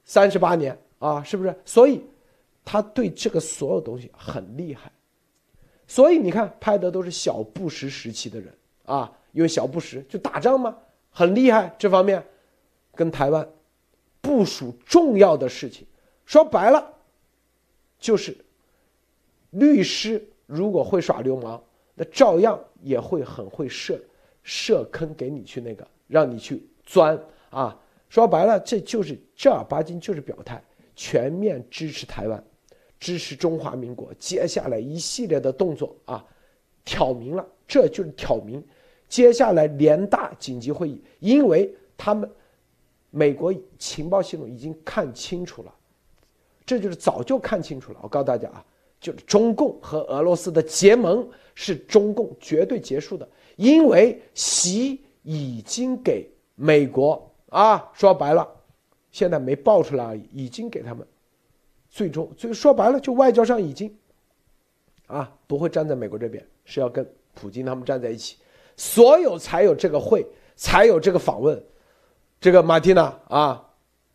三十八年啊，是不是？所以他对这个所有东西很厉害。所以你看派的都是小布什时期的人啊，因为小布什就打仗嘛，很厉害，这方面跟台湾部署重要的事情。说白了就是律师如果会耍流氓，那照样也会很会设设坑给你去那个让你去钻啊。说白了这就是正儿八经就是表态，全面支持台湾，支持中华民国。接下来一系列的动作啊，挑明了，这就是挑明接下来联大紧急会议，因为他们美国情报系统已经看清楚了，这就是早就看清楚了。我告诉大家啊，就是中共和俄罗斯的结盟是中共绝对结束的，因为习已经给美国啊，说白了现在没爆出来而已，已经给他们最终，所以说白了就外交上已经啊不会站在美国这边，是要跟普京他们站在一起，所有才有这个会，才有这个访问。这个马蒂娜啊，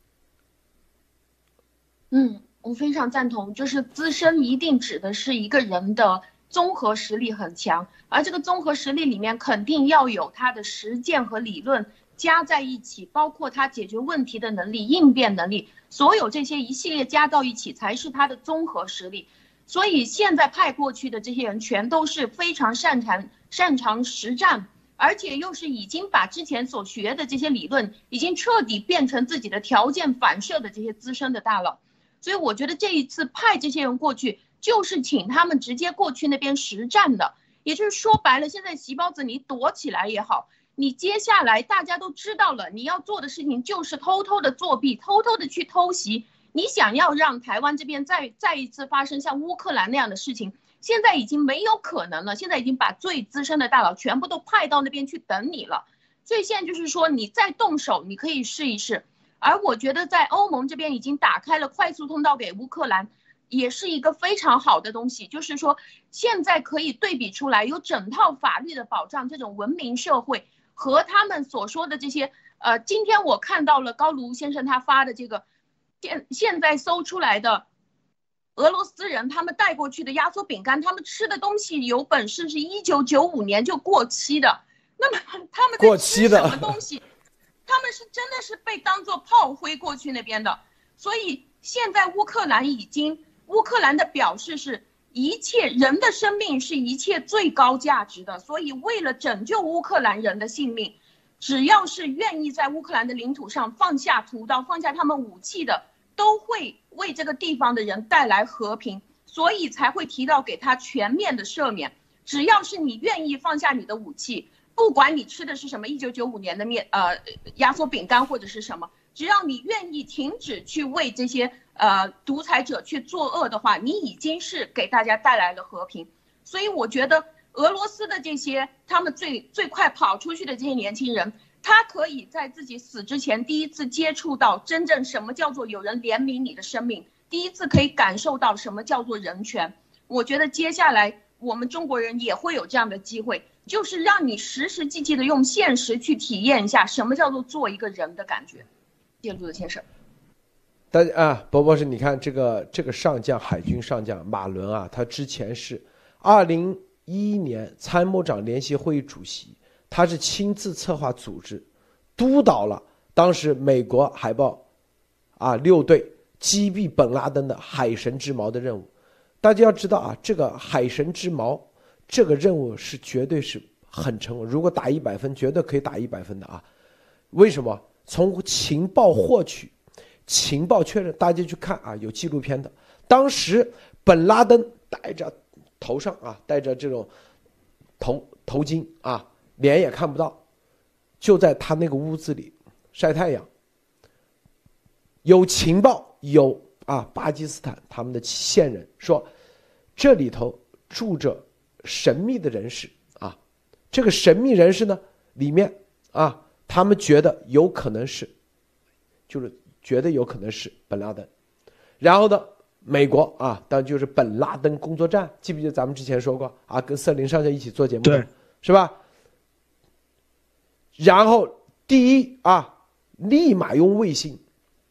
嗯，我非常赞同，就是资深一定指的是一个人的综合实力很强，而这个综合实力里面肯定要有他的实践和理论加在一起，包括他解决问题的能力、应变能力，所有这些一系列加到一起才是他的综合实力。所以现在派过去的这些人全都是非常擅长擅长实战，而且又是已经把之前所学的这些理论已经彻底变成自己的条件反射的这些资深的大佬。所以我觉得这一次派这些人过去，就是请他们直接过去那边实战的。也就是说白了，现在席包子你躲起来也好，你接下来大家都知道了，你要做的事情就是偷偷的作弊，偷偷的去偷袭。你想要让台湾这边再再一次发生像乌克兰那样的事情，现在已经没有可能了。现在已经把最资深的大佬全部都派到那边去等你了。所以现在就是说，你再动手，你可以试一试。而我觉得在欧盟这边已经打开了快速通道给乌克兰，也是一个非常好的东西。就是说，现在可以对比出来，有整套法律的保障，这种文明社会和他们所说的这些。呃，今天我看到了高卢先生他发的这个。现现在搜出来的俄罗斯人他们带过去的压缩饼干，他们吃的东西有本事是一九九五年就过期的，那么他们在吃什么东西？他们是真的是被当作炮灰过去那边的。所以现在乌克兰已经，乌克兰的表示是一切人的生命是一切最高价值的，所以为了拯救乌克兰人的性命，只要是愿意在乌克兰的领土上放下屠刀、放下他们武器的，都会为这个地方的人带来和平，所以才会提到给他全面的赦免。只要是你愿意放下你的武器，不管你吃的是什么一九九五年的面呃压缩饼干或者是什么，只要你愿意停止去为这些呃独裁者去作恶的话，你已经是给大家带来了和平。所以我觉得俄罗斯的这些他们最最快跑出去的这些年轻人，他可以在自己死之前第一次接触到真正什么叫做有人怜悯你的生命，第一次可以感受到什么叫做人权。我觉得接下来我们中国人也会有这样的机会，就是让你实实际际的用现实去体验一下什么叫做做一个人的感觉。谢谢陆子先生。 大家啊，博博士，你看这个这个上将，海军上将马伦啊，他之前是二零一一年参谋长联席会议主席。他是亲自策划组织督导了当时美国海豹啊六队击毙本拉登的海神之矛的任务。大家要知道啊，这个海神之矛这个任务是绝对是很成功，如果打一百分绝对可以打一百分的啊。为什么？从情报获取情报确认，大家去看啊，有纪录片的，当时本拉登戴着头上啊戴着这种头头巾啊，脸也看不到，就在他那个屋子里晒太阳。有情报，有啊，巴基斯坦他们的线人说，这里头住着神秘的人士啊。这个神秘人士呢，里面啊，他们觉得有可能是，就是觉得有可能是本拉登。然后呢，美国啊，当然就是本拉登工作站，记不记得咱们之前说过啊，跟瑟林上校一起做节目的，是吧？然后第一啊，立马用卫星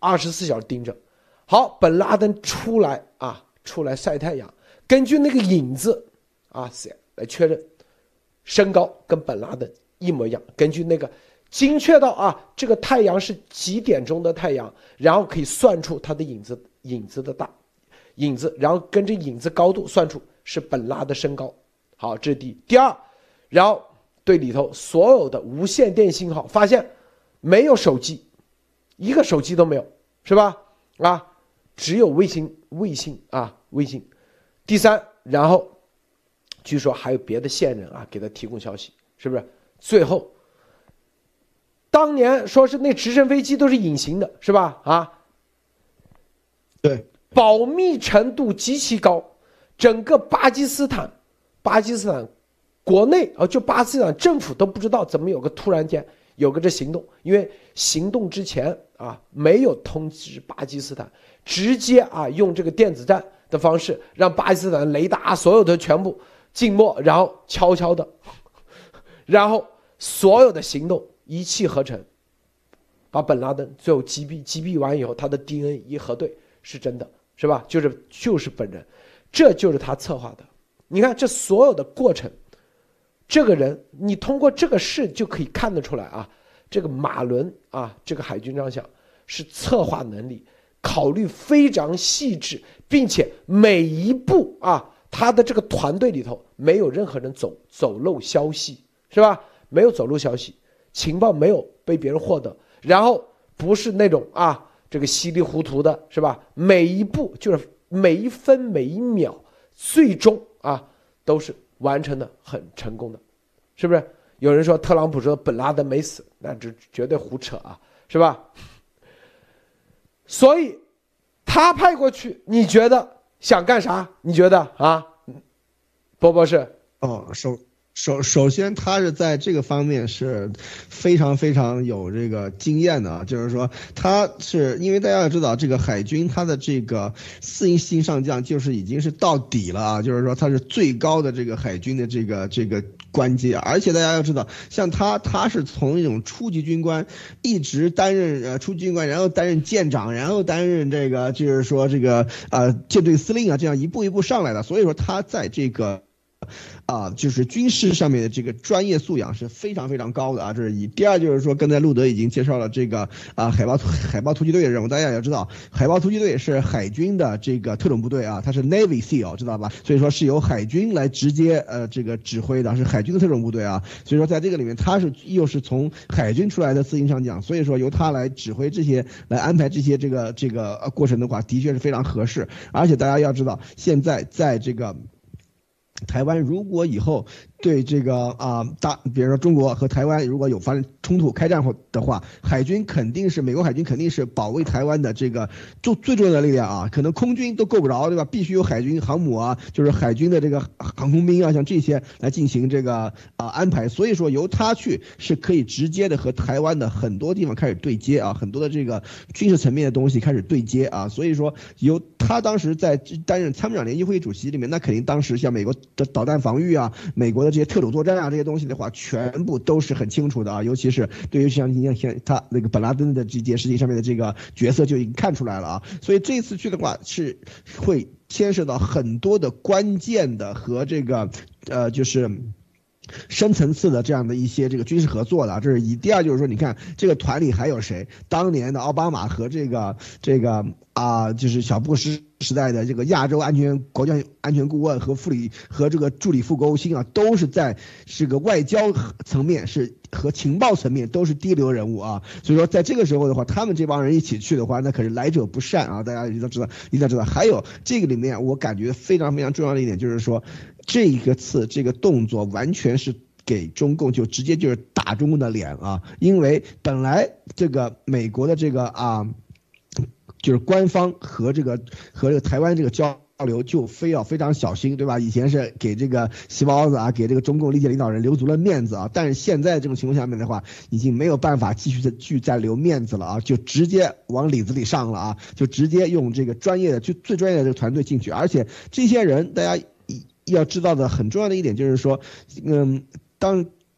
二十四小时盯着。好，本拉登出来啊，出来晒太阳，根据那个影子啊来确认身高跟本拉登一模一样，根据那个精确到啊这个太阳是几点钟的太阳，然后可以算出它的影子影子的大影子，然后跟着影子高度算出是本拉的身高。好，这是第一。第二，然后对里头所有的无线电信号发现没有手机，一个手机都没有，是吧？啊，只有卫星卫星啊卫星。第三，然后据说还有别的线人啊给他提供消息，是不是？最后，当年说是那直升飞机都是隐形的，是吧？啊， 对， 保密程度极其高，整个巴基斯坦，巴基斯坦国内啊，就巴基斯坦政府都不知道怎么有个突然间有个这行动，因为行动之前啊没有通知巴基斯坦，直接啊用这个电子战的方式让巴基斯坦雷达所有的全部静默，然后悄悄的，然后所有的行动一气呵成，把本拉登最后击毙，击毙完以后他的 D N A 一核对是真的，是吧？就是就是本人，这就是他策划的。你看这所有的过程，这个人你通过这个事就可以看得出来啊，这个马伦啊，这个海军上将是策划能力考虑非常细致，并且每一步啊，他的这个团队里头没有任何人走走漏消息，是吧？没有走漏消息，情报没有被别人获得，然后不是那种啊这个稀里糊涂的，是吧？每一步就是每一分每一秒，最终啊都是完成的很成功的，是不是？有人说特朗普说本拉登没死，那这绝对胡扯啊，是吧？所以他派过去，你觉得想干啥？你觉得啊，波波是？ 哦，首首首先，他是在这个方面是非常非常有这个经验的啊，就是说他是因为大家要知道，这个海军他的这个四星上将就是已经是到底了啊，就是说他是最高的这个海军的这个这个官阶，而且大家要知道，像他他是从一种初级军官一直担任呃初级军官，然后担任舰长，然后担任这个就是说这个呃舰队司令啊，这样一步一步上来的，所以说他在这个。啊，就是军事上面的这个专业素养是非常非常高的啊，这是一。第二就是说，刚才路德已经介绍了这个啊海豹海豹突击队的任务，大家也知道，海豹突击队是海军的这个特种部队啊，它是 Navy SEAL 知道吧？所以说是由海军来直接呃这个指挥的，是海军的特种部队啊。所以说在这个里面，他是又是从海军出来的四星上将，所以说由他来指挥这些，来安排这些这个这个过程的话，的确是非常合适。而且大家要知道，现在在这个。台湾如果以后对这个啊、呃、大，比如说中国和台湾如果有发生冲突开战后的话，海军肯定是美国海军肯定是保卫台湾的这个最最重要的力量啊，可能空军都够不着，对吧？必须有海军航母啊，就是海军的这个航空兵啊，像这些来进行这个啊、呃、安排。所以说由他去是可以直接的和台湾的很多地方开始对接啊，很多的这个军事层面的东西开始对接啊。所以说由他当时在担任参谋长联席会议主席里面，那肯定当时像美国的导弹防御啊，美国的这些特种作战啊，这些东西的话，全部都是很清楚的啊。尤其是对于像像像他那个本拉登的这件事情上面的这个角色就已经看出来了啊。所以这次去的话是会牵涉到很多的关键的和这个呃就是深层次的这样的一些这个军事合作的，这是一。第二就是说，你看这个团里还有谁？当年的奥巴马和这个这个啊、呃，就是小布什时代的这个亚洲安全国家安全顾问和副理和这个助理副国务卿啊，都是在这个外交层面是和情报层面都是第一流人物啊。所以说，在这个时候的话，他们这帮人一起去的话，那可是来者不善啊！大家一定要知道，一定要知道。还有这个里面，我感觉非常非常重要的一点就是说。这一个次这个动作完全是给中共就直接就是打中共的脸啊，因为本来这个美国的这个啊，就是官方和这个和这个台湾这个交流就非要非常小心，对吧？以前是给这个细胞子啊，给这个中共历届领导人留足了面子啊，但是现在这种情况下面的话，已经没有办法继续的继续再留面子了啊，就直接往里子里上了啊，就直接用这个专业的就最专业的这个团队进去，而且这些人大家。要知道的很重要的一点就是说，嗯，当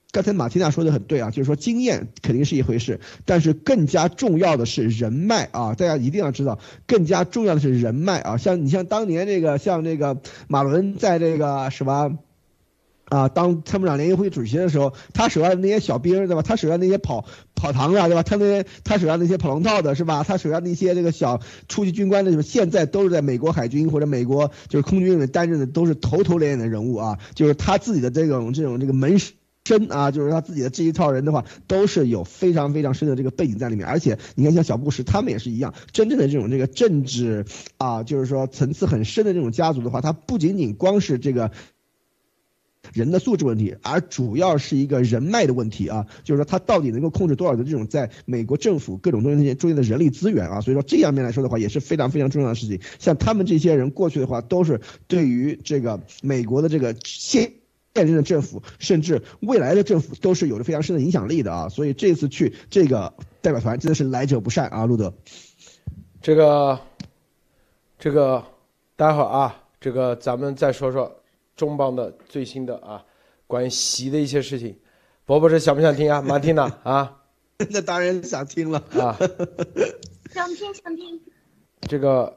刚才马蒂娜说的很对啊，就是说经验肯定是一回事，但是更加重要的是人脉啊！大家一定要知道，更加重要的是人脉啊！像你像当年这个像这个马伦在这个什么啊，当参谋长联谊会主席的时候，他手下的那些小兵对吧？他手下那些跑跑堂的对吧？他那些他手下那些跑龙套的是吧？他手下那些这个小初级军官的，现在都是在美国海军或者美国就是空军里面担任的，都是头头连连的人物啊！就是他自己的这种这种这个门生。深啊，就是他自己的这一套人的话，都是有非常非常深的这个背景在里面。而且你看，像小布什他们也是一样，真正的这种这个政治啊，就是说层次很深的这种家族的话，它不仅仅光是这个人的素质问题，而主要是一个人脉的问题啊，就是说他到底能够控制多少的这种在美国政府各种东西中间的人力资源啊，所以说这样面来说的话，也是非常非常重要的事情。像他们这些人过去的话，都是对于这个美国的这个现现任的政府，甚至未来的政府都是有着非常深的影响力的啊，所以这次去这个代表团真的是来者不善啊，路德。 这个，这个，待会儿啊，这个咱们再说说中邦的最新的啊，关于习的一些事情。伯伯是想不想听啊？马蒂娜啊？ 那当然想听了啊， 想听想听。 这个。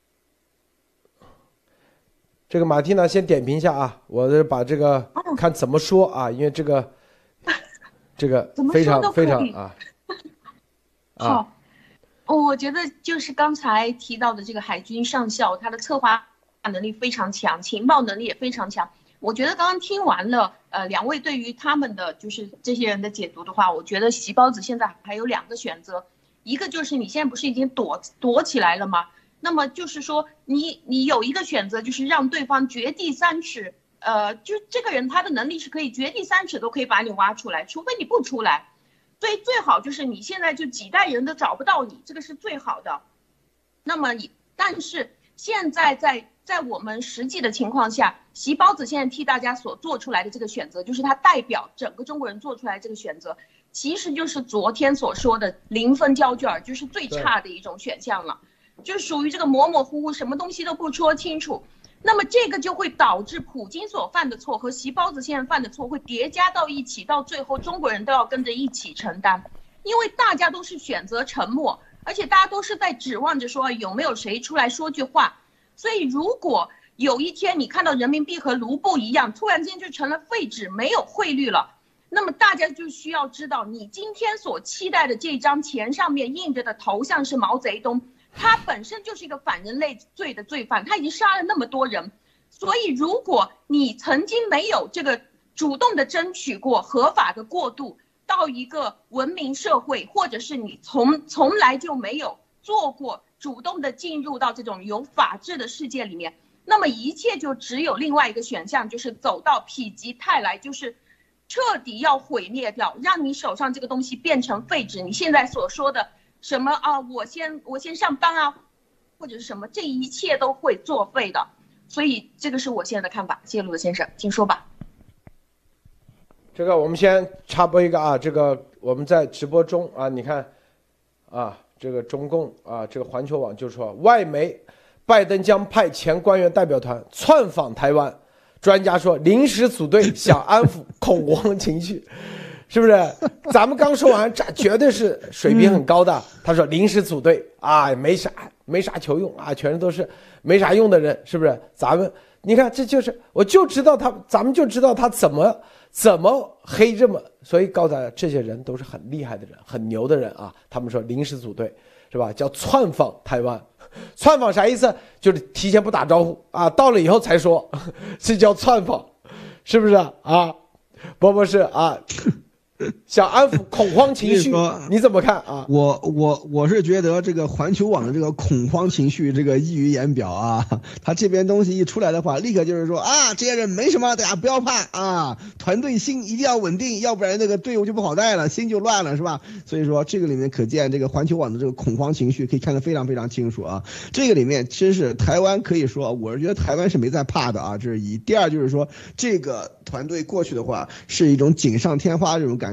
这个马蒂娜先点评一下啊，我把这个看怎么说啊，因为这个这个非常非常啊。 好，我觉得就是刚才提到的这个海军上校，他的策划能力非常强，情报能力也非常强。我觉得刚刚听完了呃两位对于他们的就是这些人的解读的话，我觉得习包子现在还有两个选择，一个就是你现在不是已经躲躲起来了吗？那么就是说你你有一个选择，就是让对方掘地三尺，呃，就这个人他的能力是可以掘地三尺都可以把你挖出来，除非你不出来。所以最好就是你现在就几代人都找不到你，这个是最好的。那么但是现在在在我们实际的情况下，习包子现在替大家所做出来的这个选择，就是他代表整个中国人做出来这个选择，其实就是昨天所说的零分交卷，就是最差的一种选项了。就属于这个模模糊糊，什么东西都不说清楚，那么这个就会导致普京所犯的错和习包子现在犯的错会叠加到一起，到最后中国人都要跟着一起承担，因为大家都是选择沉默，而且大家都是在指望着说有没有谁出来说句话。所以如果有一天你看到人民币和卢布一样，突然间就成了废纸，没有汇率了，那么大家就需要知道，你今天所期待的这张钱上面印着的头像是毛泽东，他本身就是一个反人类罪的罪犯，他已经杀了那么多人。所以如果你曾经没有这个主动的争取过合法的过渡到一个文明社会，或者是你从从来就没有做过主动的进入到这种有法治的世界里面，那么一切就只有另外一个选项，就是走到否极泰来，就是彻底要毁灭掉，让你手上这个东西变成废纸。你现在所说的什么啊，我先我先上班啊，或者是什么，这一切都会作废的。所以这个是我现在的看法。谢谢陆德先生，请说吧。 这个我们先插播一个啊，这个我们在直播中啊，你看啊，这个中共啊，这个环球网就说，外媒拜登将派前官员代表团窜访台湾，专家说临时组队想安抚恐慌情绪。是不是？咱们刚说完，这绝对是水平很高的。他说临时组队啊，没啥没啥球用啊，全都是没啥用的人，是不是？咱们你看，这就是我就知道他，咱们就知道他怎么怎么黑这么，所以告诉大家，这些人都是很厉害的人，很牛的人啊。他们说临时组队是吧？叫窜访台湾，窜访啥意思？就是提前不打招呼啊，到了以后才说，这叫窜访，是不是啊？波波是啊。想安抚恐慌情绪，你怎么看啊？ 我我我是觉得这个环球网的这个恐慌情绪这个溢于言表啊，他这边东西一出来的话，立刻就是说啊，这些人没什么，大家不要怕啊，团队心一定要稳定，要不然这个队伍就不好带了，心就乱了，是吧？所以说这个里面可见这个环球网的这个恐慌情绪可以看得非常非常清楚啊。这个里面真是台湾可以说，我是觉得台湾是没在怕的啊，这是一。第二就是说这个团队过去的话是一种锦上添花这种感觉。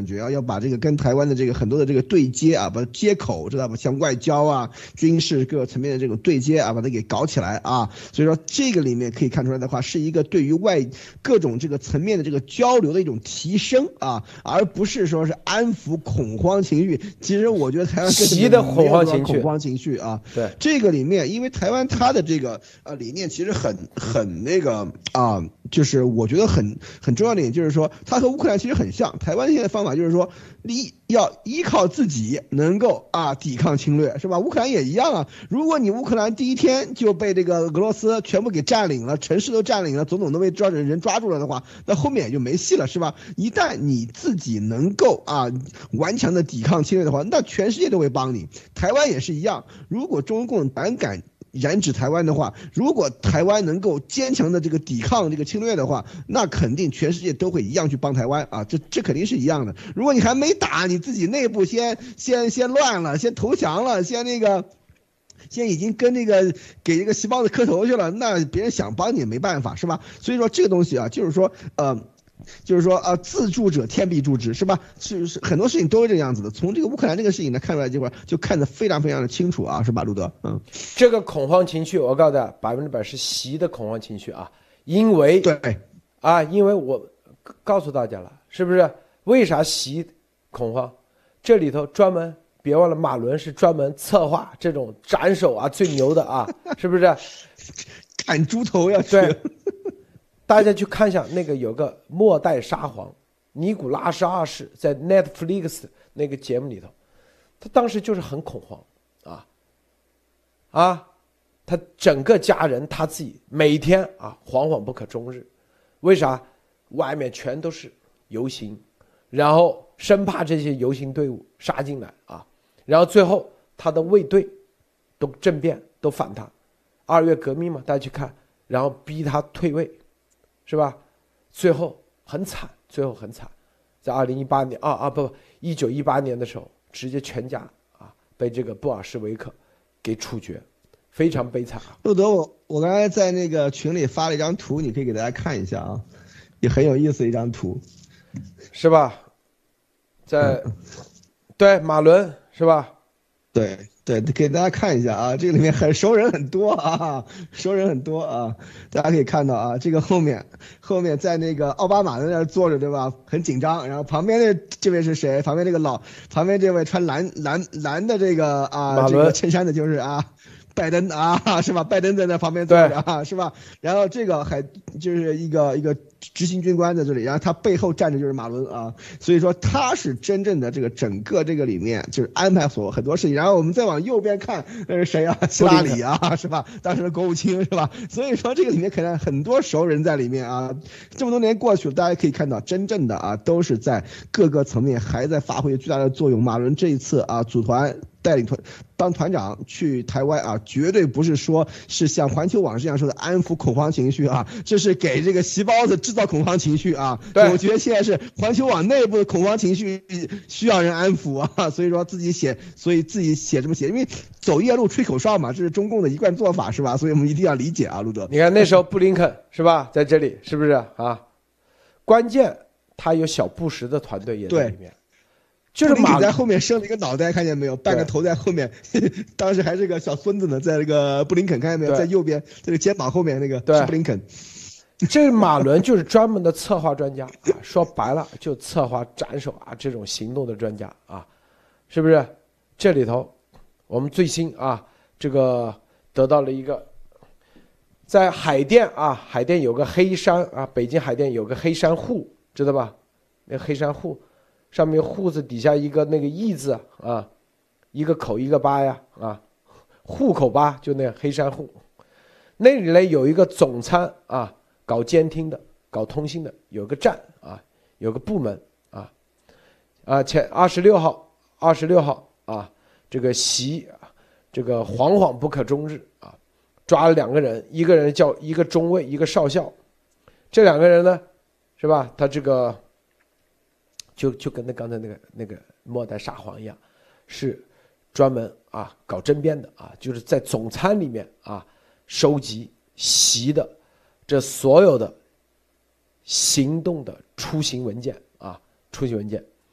感觉啊，要把这个跟台湾的这个很多的这个对接啊，把接口知道吧，像外交啊、军事各个层面的这种对接啊，把它给搞起来啊。所以说这个里面可以看出来的话，是一个对于外各种这个层面的这个交流的一种提升啊，而不是说是安抚恐慌情绪。其实我觉得台湾习的恐慌情绪， 恐慌情绪啊， 对这个里面，因为台湾它的这个呃理念其实很很那个啊，就是我觉得很很重要的一点就是说，它和乌克兰其实很像。台湾现在的方法就是说，你要依靠自己能够啊抵抗侵略，是吧？乌克兰也一样啊。如果你乌克兰第一天就被这个俄罗斯全部给占领了，城市都占领了，总统都被抓人人抓住了的话，那后面也就没戏了，是吧？一旦你自己能够啊顽强的抵抗侵略的话，那全世界都会帮你。台湾也是一样，如果中共胆敢染指台湾的话，如果台湾能够坚强的这个抵抗这个侵略的话，那肯定全世界都会一样去帮台湾啊，这这肯定是一样的。如果你还没打，你自己内部先先先乱了，先投降了，先那个。现在已经跟那个给这个细胞子磕头去了，那别人想帮你也没办法，是吧？所以说这个东西啊，就是说，呃，就是说呃，自助者天必助之，是吧？是是，很多事情都是这个样子的。从这个乌克兰这个事情呢看出来这块，就看得非常非常的清楚啊，是吧，路德？嗯， 这个恐慌情绪，我告诉大家，百分之百是习的恐慌情绪啊，因为对啊，因为我告诉大家了，是不是？为啥习恐慌？这里头专门。别忘了，马伦是专门策划这种斩首啊，最牛的啊，是不是？ 砍猪头要去。 对，大家去看一下那个有个末代沙皇尼古拉斯二世在 Netflix 那个节目里头，他当时就是很恐慌啊啊，他整个家人他自己每天啊惶惶不可终日，为啥？外面全都是游行，然后生怕这些游行队伍杀进来啊。然后最后他的卫队都政变，都反他，二月革命嘛，大家去看，然后逼他退位，是吧？最后很惨，最后很惨，在二零一八年啊啊不不，一九一八年的时候，直接全家啊被这个布尔什维克给处决，非常悲惨啊。 路德，我我刚才在那个群里发了一张图，你可以给大家看一下啊，也很有意思的一张图， 是吧？在对马伦。是吧？ 对对，给大家看一下啊，这个里面很熟人很多啊，熟人很多啊，大家可以看到啊，这个后面后面在那个奥巴马在那儿坐着，对吧？很紧张，然后旁边的这位是谁？旁边这个老，旁边这位穿蓝蓝蓝的这个啊这个衬衫的就是啊。拜登啊，是吧？拜登在那旁边坐着啊，是吧？然后这个还就是一个一个执行军官在这里，然后他背后站着就是马伦啊，所以说他是真正的这个整个这个里面就是安排所很多事情。然后我们再往右边看，那是谁啊？希拉里啊，是吧？当时的国务卿是吧？所以说这个里面可能很多熟人在里面啊。这么多年过去了，大家可以看到，真正的啊都是在各个层面还在发挥巨大的作用。马伦这一次啊组团。带领团当团长去台湾啊，绝对不是说是像环球网这样说的安抚恐慌情绪啊，这是给这个细胞子制造恐慌情绪啊。对，我觉得现在是环球网内部的恐慌情绪需要人安抚啊，所以说自己写，所以自己写这么写，因为走夜路吹口哨嘛，这是中共的一贯做法，是吧？所以我们一定要理解啊，路德。 你看那时候布林肯是吧，在这里是不是啊？关键他有小布什的团队也在里面。就是马在后面生了一个脑袋，看见没有？半个头在后面，当时还是个小孙子呢，在那个布林肯，看见没有？在右边这个肩膀后面那个是布林肯。 这马伦就是专门的策划专家啊，说白了就策划斩首啊这种行动的专家啊，是不是？这里头我们最新啊，这个得到了一个，在海淀啊，海淀有个黑山啊，北京海淀有个黑山户，知道吧？那黑山户。上面户字底下一个那个义字啊，一个口一个八呀啊，户口八就那黑山户，那里呢有一个总参啊，搞监听的，搞通信的，有个站啊，有个部门啊啊，前二十六号二十六号啊，这个习这个惶惶不可终日啊，抓了两个人，一个人叫一个中尉，一个少校，这两个人呢，是吧？他这个。就就跟那刚才那个那个末代沙皇一样，是专门啊搞争辩的啊，就是在总参里面啊收集习的这所有的行动的出行文件啊，出行文件，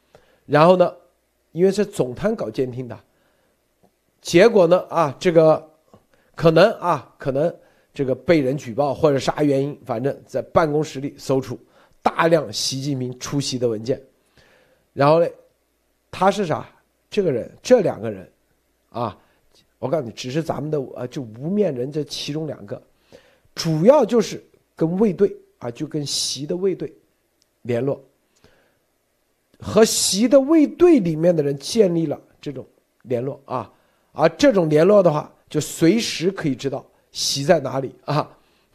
然后呢，因为是总参搞监听的，结果呢啊，这个可能啊，可能这个被人举报或者啥原因，反正在办公室里搜出大量习近平出席的文件。然后呢，他是啥？这个人，这两个人，啊，我告诉你，只是咱们的啊，就无面人这其中两个，主要就是跟卫队啊，就跟习的卫队联络，和习的卫队里面的人建立了这种联络啊，而这种联络的话，就随时可以知道习在哪里啊，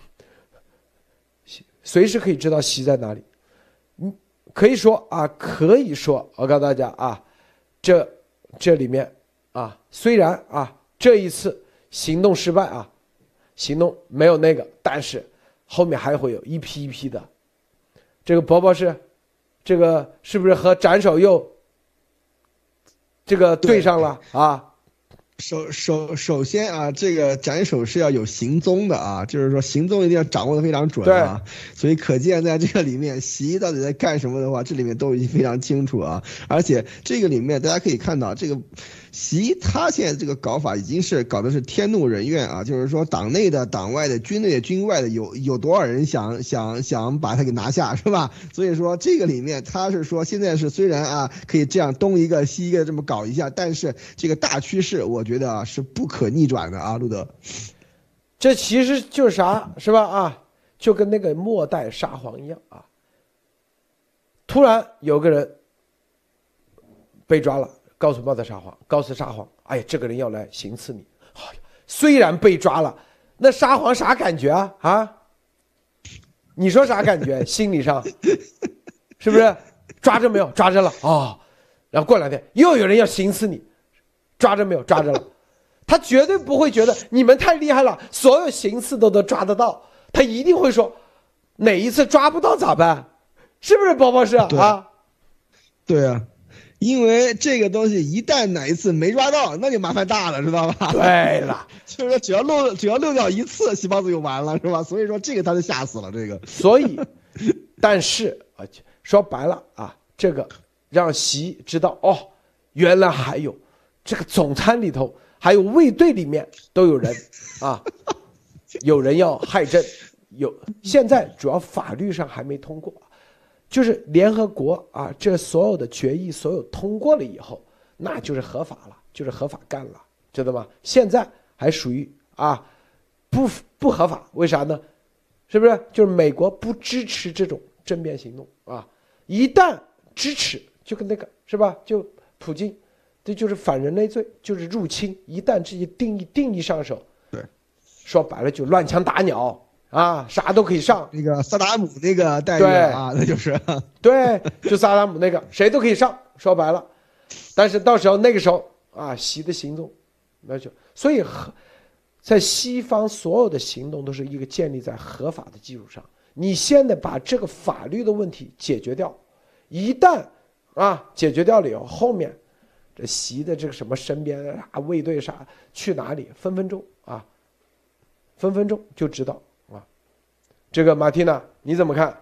随时可以知道习在哪里。嗯，可以说啊，可以说，我告诉大家啊，这这里面啊，虽然啊这一次行动失败啊，行动没有那个，但是后面还会有一批一批的。这个伯伯是，这个是不是和斩首又这个对上了啊？ 首首首先啊，这个斩首是要有行踪的啊，就是说行踪一定要掌握的非常准啊，所以可见在这个里面，习到底在干什么的话，这里面都已经非常清楚啊。而且这个里面大家可以看到，这个习他现在这个搞法已经是搞的是天怒人怨啊，就是说党内的、党外的、军内的、军外的有有多少人想想想把他给拿下，是吧？所以说这个里面他是说现在是虽然啊可以这样东一个西一个这么搞一下，但是这个大趋势我觉得啊是不可逆转的啊，路德。 这其实就是啥，是吧？啊，就跟那个末代沙皇一样啊，突然有个人被抓了。告诉末代沙皇，告诉沙皇，哎呀，这个人要来行刺你。哎呀，虽然被抓了，那沙皇啥感觉啊？啊，你说啥感觉？心理上，是不是？抓着没有？抓着了啊、哦！然后过两天又有人要行刺你，抓着没有？抓着了。他绝对不会觉得你们太厉害了，所有行刺都能抓得到。他一定会说，哪一次抓不到咋办？是不是，包包是啊？ 对啊。因为这个东西一旦哪一次没抓到，那就麻烦大了，知道吧？ 对了， 就是说只要漏只要漏掉一次，细胞子就完了，是吧？所以说这个他就吓死了，这个。 所以，但是啊，说白了啊，这个让习知道哦，原来还有这个总参里头，还有卫队里面都有人啊，有人要害朕，有现在主要法律上还没通过。就是联合国啊，这所有的决议所有通过了以后，那就是合法了，就是合法干了，知道吗？现在还属于啊不不合法，为啥呢？是不是？就是美国不支持这种政变行动啊，一旦支持，就跟那个是吧？就普京，这就是反人类罪，就是入侵。一旦这些定义定义上手， 对， 说白了就乱枪打鸟。啊，啥都可以上， 那个萨达姆那个待遇啊，那就是对，就萨达姆那个谁都可以上，说白了，但是到时候那个时候啊，习的行动，那就所以在西方所有的行动都是一个建立在合法的基础上，你先得把这个法律的问题解决掉，一旦啊解决掉了以后，后面这习的这个什么身边啊卫队啥去哪里，分分钟啊，分分钟就知道。这个马蒂娜你怎么看？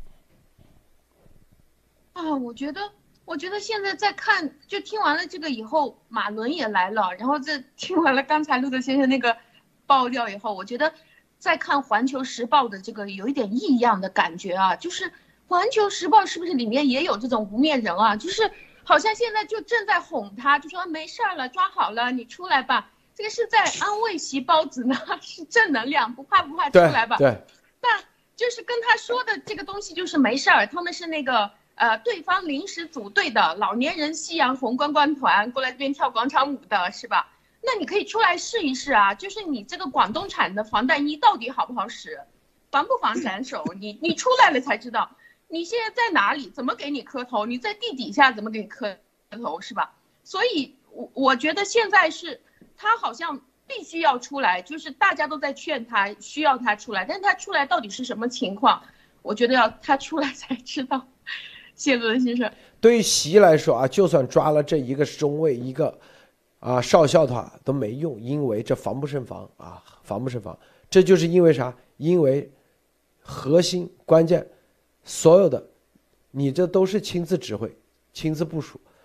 啊，我觉得，我觉得现在在看，就听完了这个以后，马伦也来了，然后这听完了刚才路德先生那个爆料以后，我觉得再看《环球时报》的这个有一点异样的感觉啊，就是《环球时报》是不是里面也有这种无面人啊？就是好像现在就正在哄他，就说没事了，抓好了，你出来吧。这个是在安慰习包子呢，是正能量，不怕不怕，出来吧。 对。对但就是跟他说的这个东西就是没事儿，他们是那个呃对方临时组队的老年人夕阳红观光团过来这边跳广场舞的是吧？那你可以出来试一试啊，就是你这个广东产的防弹衣到底好不好使，防不防斩首，你你出来了才知道。你现在在哪里？怎么给你磕头？你在地底下怎么给你磕头是吧？所以我我觉得现在是他好像必须要出来，就是大家都在劝他，需要他出来，但是他出来到底是什么情况？我觉得要他出来才知道。谢伦先生， 对于习来说啊，就算抓了这一个中尉，一个啊少校的话都没用，因为这防不胜防啊，防不胜防。这就是因为啥？因为核心关键，所有的你这都是亲自指挥、亲自部署，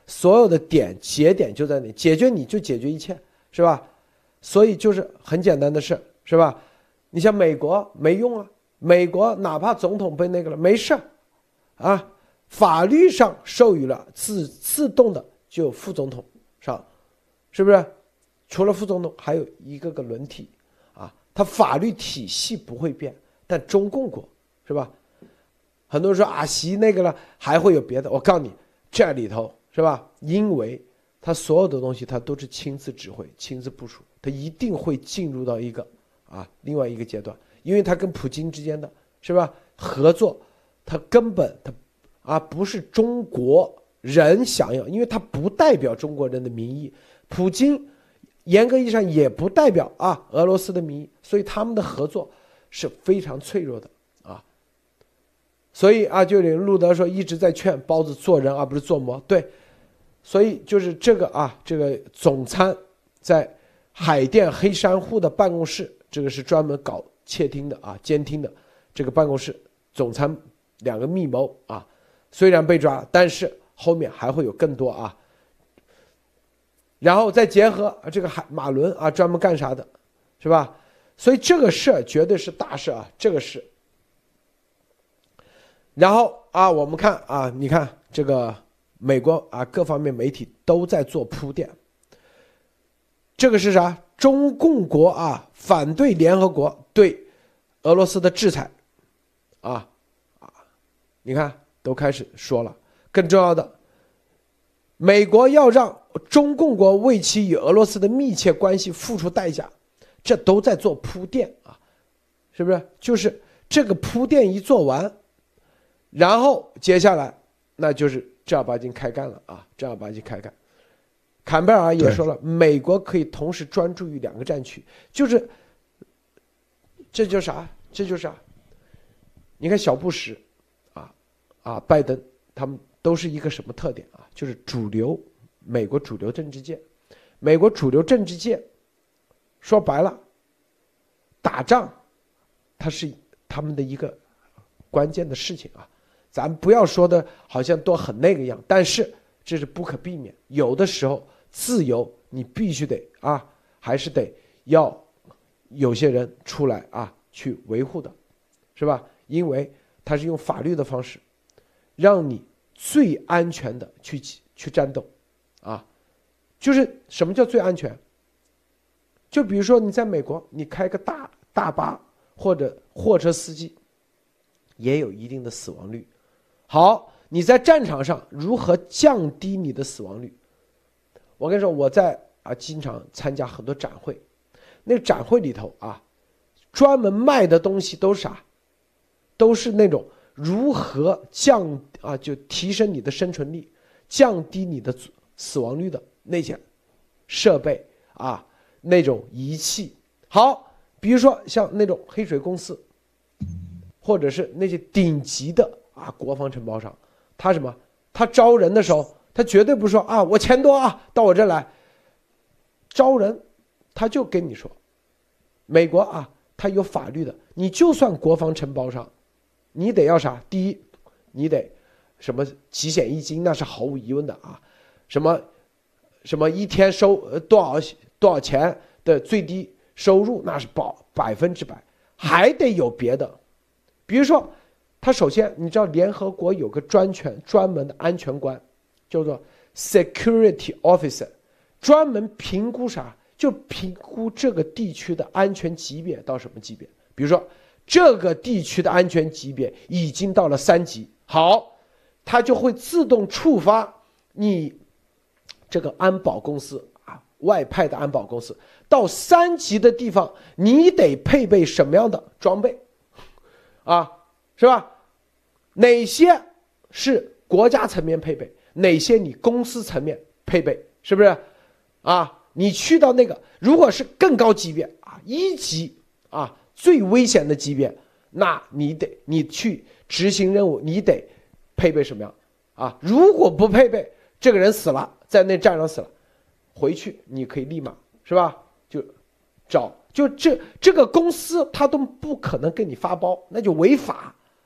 所有的点节点就在那，解决你就解决一切，是吧？所以就是很简单的事，是吧？你像美国没用啊，美国哪怕总统被那个了，没事啊，法律上授予了自自动的就有副总统上，是不是？除了副总统，还有一个个轮替啊，它法律体系不会变，但中共国是吧？很多人说啊，习那个了，还会有别的。我告诉你，这里头是吧？因为他所有的东西他都是亲自指挥、亲自部署，他一定会进入到一个啊另外一个阶段，因为他跟普京之间的是吧合作，他根本他啊不是中国人想要，因为他不代表中国人的民意，普京严格意义上也不代表啊俄罗斯的民意，所以他们的合作是非常脆弱的啊。所以啊，就有人路德说一直在劝包子做人而不是做魔，对。所以就是这个啊，这个总参在海淀黑山户的办公室，这个是专门搞窃听的啊，监听的这个办公室，总参两个密谋啊，虽然被抓，但是后面还会有更多啊。然后再结合这个海马伦啊，专门干啥的，是吧？所以这个事绝对是大事啊，这个事。然后啊，我们看啊，你看这个。美国啊，各方面媒体都在做铺垫。这个是啥？中共国啊，反对联合国对俄罗斯的制裁，啊啊，你看都开始说了。更重要的，美国要让中共国为其与俄罗斯的密切关系付出代价，这都在做铺垫啊，是不是？就是这个铺垫一做完，然后接下来那就是正儿八经开干了啊！正儿八经开干。坎贝尔也说了，美国可以同时专注于两个战区，就是这就啥？这就是啥？你看小布什啊啊，拜登他们都是一个什么特点啊？就是主流美国主流政治界，美国主流政治界说白了，打仗它是他们的一个关键的事情啊。咱不要说的好像都很那个样，但是这是不可避免。有的时候自由你必须得啊，还是得要有些人出来啊去维护的，是吧？因为他是用法律的方式，让你最安全的去去战斗，啊，就是什么叫最安全？就比如说你在美国，你开个大大巴或者货车司机，也有一定的死亡率。好，你在战场上如何降低你的死亡率？我跟你说，我在啊经常参加很多展会，那个展会里头啊，专门卖的东西都是啥？都是那种如何降啊就提升你的生存力，降低你的死亡率的那些设备啊，那种仪器。好，比如说像那种黑水公司，或者是那些顶级的。啊，国防承包商，他什么？他招人的时候，他绝对不说啊，我钱多啊，到我这来。招人，他就跟你说，美国啊，他有法律的，你就算国防承包商，你得要啥？第一，你得什么几险一金，那是毫无疑问的啊。什么什么一天收多少多少钱的最低收入，那是保百分之百，还得有别的，比如说。他首先，你知道联合国有个专权专门的安全官，叫做 security officer， 专门评估啥？就评估这个地区的安全级别到什么级别。比如说，这个地区的安全级别已经到了三级，好，它就会自动触发你这个安保公司啊，外派的安保公司到三级的地方，你得配备什么样的装备啊？是吧？哪些是国家层面配备，哪些你公司层面配备，是不是？啊，你去到那个，如果是更高级别啊，一级啊，最危险的级别，那你得你去执行任务，你得配备什么样啊？如果不配备，这个人死了，在那战场死了，回去你可以立马是吧？就找就这这个公司他都不可能给你发包，那就违法。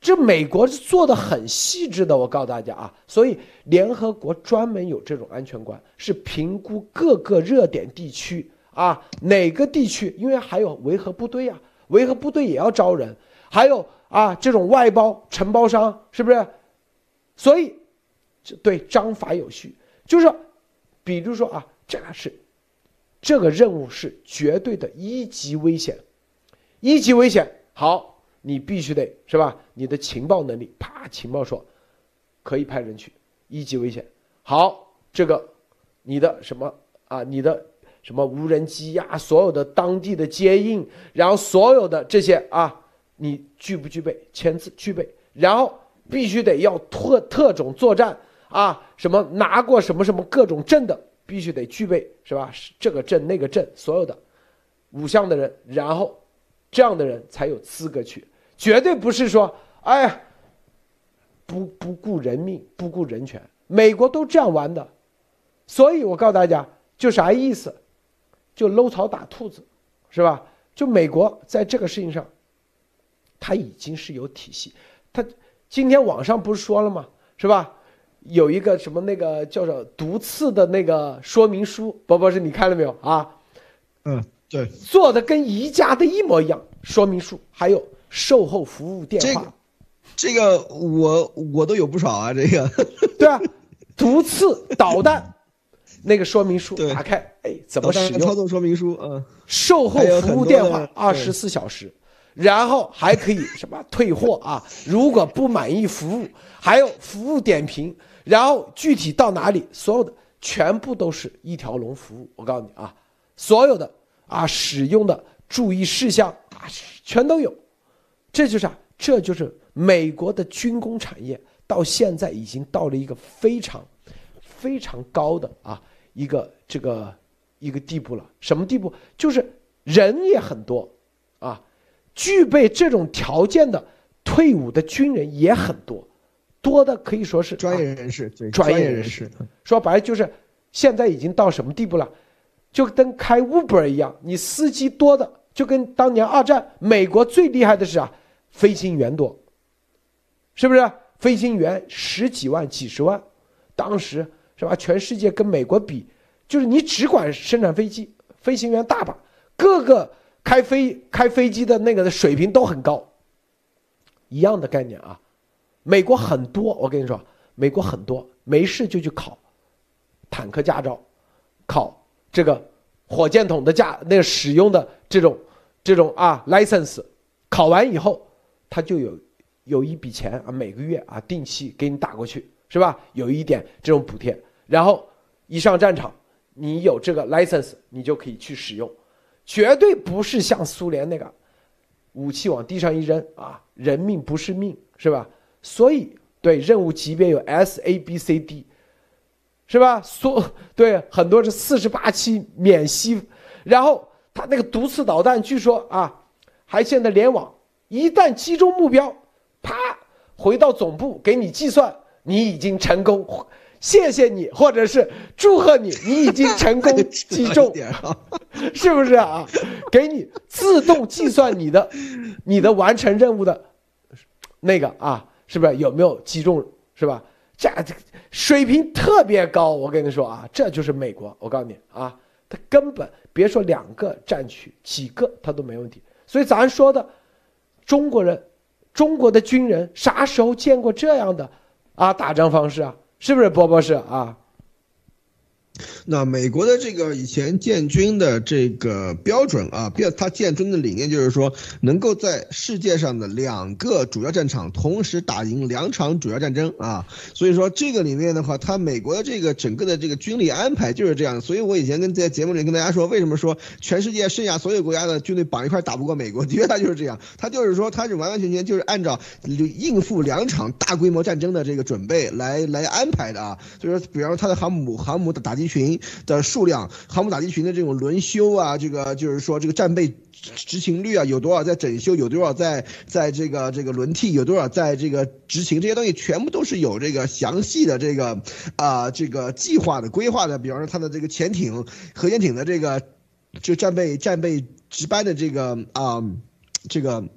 这美国是做的很细致的，我告诉大家啊，所以联合国专门有这种安全观，是评估各个热点地区啊，哪个地区，因为还有维和部队啊，维和部队也要招人，还有啊这种外包承包商，是不是？所以对章法有序，就是比如说啊，这个是这个任务是绝对的一级危险，一级危险，好。你必须得是吧？你的情报能力，啪，情报说可以派人去，一级危险。好，这个你的什么啊？你的什么无人机呀、啊，所有的当地的接应，然后所有的这些啊，你具不具备？签字具备，然后必须得要特特种作战啊，什么拿过什么什么各种证的，必须得具备，是吧？这个证那个证，所有的五项的人，然后这样的人才有资格去。绝对不是说，哎呀，不不顾人命，不顾人权，美国都这样玩的，所以我告诉大家，就啥意思，就搂草打兔子，是吧？就美国在这个事情上，它已经是有体系。它今天网上不是说了吗？是吧？有一个什么那个叫做毒刺的那个说明书，伯伯是你看了没有啊？ 嗯，对， 做的跟宜家的一模一样，说明书还有。售后服务电话， 这个、这个、我我都有不少啊，这个对啊，毒刺导弹那个说明书打开，哎，怎么使用？ 操作说明书，嗯， 售后服务电话二十四小时，然后还可以什么退货啊？如果不满意服务，还有服务点评，然后具体到哪里，所有的全部都是一条龙服务。我告诉你啊，所有的啊使用的注意事项啊全都有。这就是啊，这就是美国的军工产业到现在已经到了一个非常非常高的啊一个这个一个地步了。什么地步？就是人也很多啊，具备这种条件的退伍的军人也很多，多的可以说是专业人士，对， 专业人士。说白了就是现在已经到什么地步了？就跟开 Uber 一样，你司机多的就跟当年二战美国最厉害的是啊。飞行员多，是不是？飞行员十几万、几十万，当时是吧？全世界跟美国比，就是你只管生产飞机，飞行员大把，各个开飞开飞机的那个的水平都很高。一样的概念啊，美国很多，我跟你说，美国很多没事就去考坦克驾照，考这个火箭筒的驾那个使用的这种这种啊 license， 考完以后。他就有有一笔钱啊，每个月啊定期给你打过去，是吧？有一点这种补贴，然后一上战场，你有这个 license， 你就可以去使用，绝对不是像苏联那个武器往地上一扔啊，人命不是命，是吧？所以对任务级别有 S A B C D， 是吧？所对很多是四十八期免息，然后他那个毒刺导弹，据说啊还现在联网。一旦击中目标，啪，回到总部给你计算，你已经成功，谢谢你，或者是祝贺你，你已经成功击中，是不是啊？给你自动计算你的你的完成任务的那个啊，是不是有没有击中？是吧？这水平特别高，我跟你说啊，这就是美国。我告诉你啊，他根本别说两个战区，几个他都没问题。所以咱说的。中国人，中国的军人啥时候见过这样的啊打仗方式啊？是不是波波是啊？ 那美国的这个以前建军的这个标准啊，标他建军的理念就是说，能够在世界上的两个主要战场同时打赢两场主要战争啊。所以说这个里面的话，他美国的这个整个的这个军力安排就是这样。所以我以前跟在节目里跟大家说，为什么说全世界剩下所有国家的军队绑一块打不过美国？的确，他就是这样，他就是说他是完完全全就是按照应付两场大规模战争的这个准备来来安排的啊。所以说，比方说他的航母航母的打击群的数量，航母打击群的这种轮休啊，这个就是说这个战备执勤率啊，有多少在整修，有多少在在这个这个轮替，有多少在这个执勤，这些东西全部都是有这个详细的这个啊、呃、这个计划的规划的。比方说它的这个潜艇、核潜艇的这个就战备战备值班的这个啊、呃、这个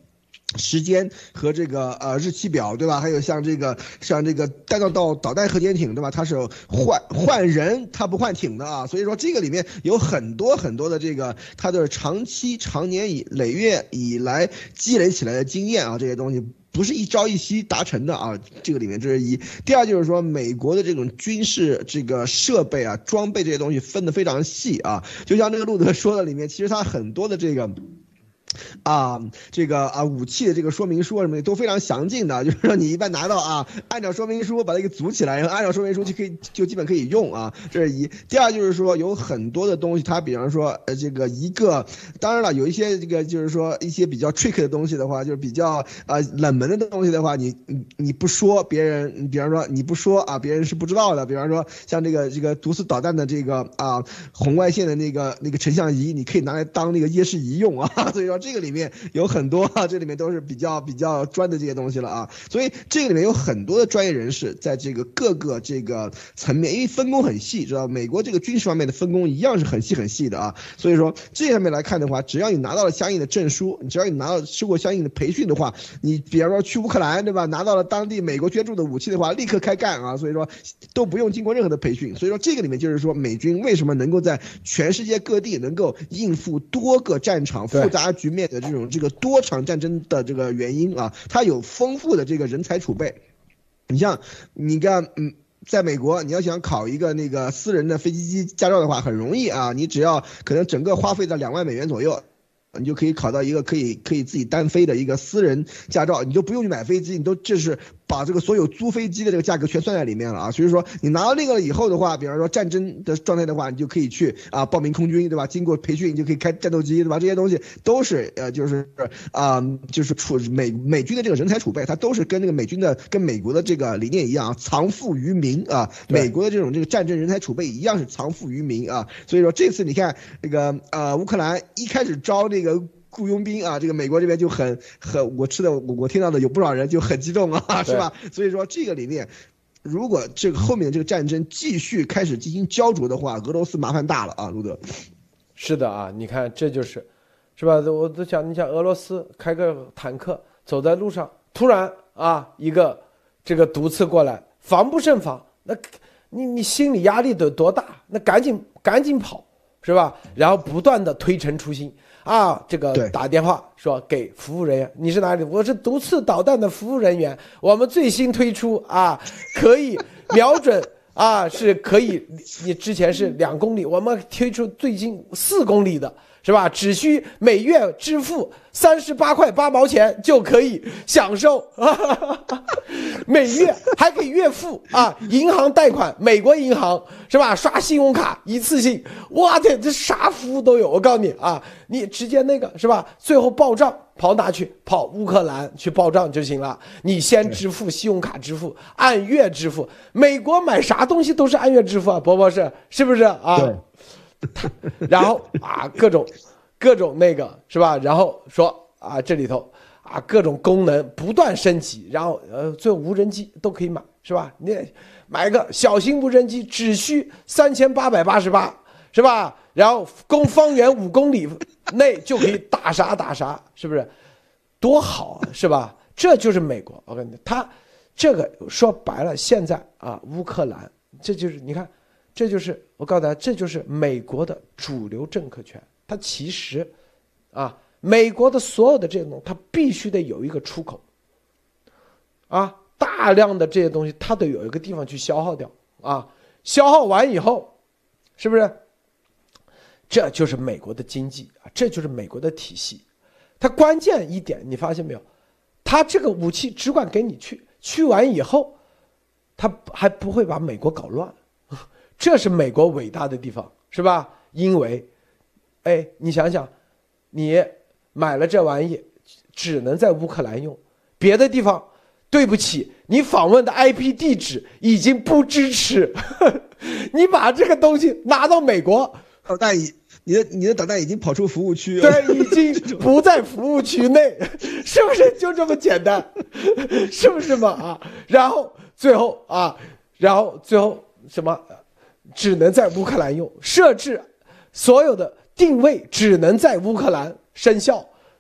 时间和这个呃日期表，对吧？还有像这个像这个弹道导导弹核潜艇，对吧？它是换换人，它不换艇的啊。所以说这个里面有很多很多的这个它的长期长年以累月以来积累起来的经验啊，这些东西。不是一朝一夕达成的啊，这个里面这是一。第二就是说，美国的这种军事这个设备啊、装备这些东西分得非常细啊，就像这个路德说的里面，其实它很多的这个。啊，这个啊武器的这个说明书什么的都非常详尽的，就是说你一般拿到啊，按照说明书把它给组起来，然后按照说明书就可以就基本可以用啊，这是一。第二就是说有很多的东西，它比方说呃这个一个，当然了有一些这个就是说一些比较 trick 的东西的话，就是比较呃冷门的东西的话，你你你不说别人，你比方说你不说啊，别人是不知道的。比方说像这个这个毒死导弹的这个啊红外线的那个那个成像仪，你可以拿来当那个夜视仪用啊，所以说。这个里面有很多啊，这里面都是比较比较专的这些东西了啊，所以这个里面有很多的专业人士在这个各个这个层面，因为分工很细，知道美国这个军事方面的分工一样是很细很细的啊，所以说这上面来看的话，只要你拿到了相应的证书，你只要你拿到受过相应的培训的话，你比方说去乌克兰对吧，拿到了当地美国捐助的武器的话，立刻开干啊，所以说都不用经过任何的培训，所以说这个里面就是说美军为什么能够在全世界各地能够应付多个战场复杂局面。面的这种这个多场战争的这个原因啊，它有丰富的这个人才储备。你像你看，嗯，在美国，你要想考一个那个私人的飞机机驾照的话，很容易啊，你只要可能整个花费在两万美元左右。你就可以考到一个可以可以自己单飞的一个私人驾照，你就不用去买飞机，你都这是把这个所有租飞机的这个价格全算在里面了啊。所以说你拿到那个以后的话，比方说战争的状态的话，你就可以去啊报名空军，对吧？经过培训你就可以开战斗机，对吧？这些东西都是呃就是啊、呃、就是储美美军的这个人才储备，它都是跟那个美军的跟美国的这个理念一样，藏富于民啊。美国的这种这个战争人才储备一样是藏富于民啊。所以说这次你看这个呃乌克兰一开始招这个。雇佣兵啊，这个美国这边就很很，我吃的我我听到的有不少人就很激动啊，是吧？所以说这个里面，如果这个后面这个战争继续开始进行焦灼的话，俄罗斯麻烦大了啊，路德。 是的啊，你看这就是，是吧？我都想，你想俄罗斯开个坦克走在路上，突然啊一个这个毒刺过来，防不胜防，那你你心理压力得多大？那赶紧赶紧跑，是吧？然后不断的推陈出新。啊，这个打电话说给服务人员，你是哪里？我是毒刺导弹的服务人员，我们最新推出啊，可以瞄准啊，是可以，你之前是两公里，我们推出最近四公里的，是吧？只需每月支付三十八块八毛钱就可以享受，每月还可以月付啊，银行贷款，美国银行是吧？刷信用卡一次性，哇天，这啥服务都有。我告诉你啊，你直接那个是吧？最后报账跑哪去？跑乌克兰去报账就行了。你先支付信用卡支付，按月支付。美国买啥东西都是按月支付啊，伯伯是是不是啊？对。然后啊，各种各种那个是吧？然后说啊，这里头啊各种功能不断升级，然后呃，最后无人机都可以买，是吧？你买个小型无人机只需三千八百八十八，是吧？然后公方圆五公里内就可以打啥打啥，是不是？多好啊，是吧？这就是美国。我跟你，他这个说白了，现在啊，乌克兰，这就是你看。这就是我告诉大家，这就是美国的主流政客权。它其实，啊，美国的所有的这些东西，它必须得有一个出口，啊，大量的这些东西，它得有一个地方去消耗掉，啊，消耗完以后，是不是？这就是美国的经济啊，这就是美国的体系。它关键一点，你发现没有？它这个武器只管给你去，去完以后，它还不会把美国搞乱。这是美国伟大的地方，是吧？因为，哎，你想想，你买了这玩意，只能在乌克兰用，别的地方，对不起，你访问的 I P 地址已经不支持。你把这个东西拿到美国， 导弹已你的你的导弹已经跑出服务区， 对，已经不在服务区内，是不是就这么简单？是不是嘛？啊，然后最后啊，然后最后什么？只能在乌克兰用，设置所有的定位只能在乌克兰生效，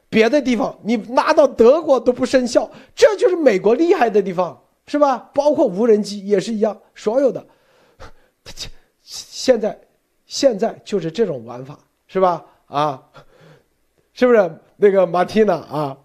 别的地方你拿到德国都不生效，这就是美国厉害的地方，是吧？包括无人机也是一样，所有的，现在现在就是这种玩法，是吧？啊，是不是那个马蒂娜啊？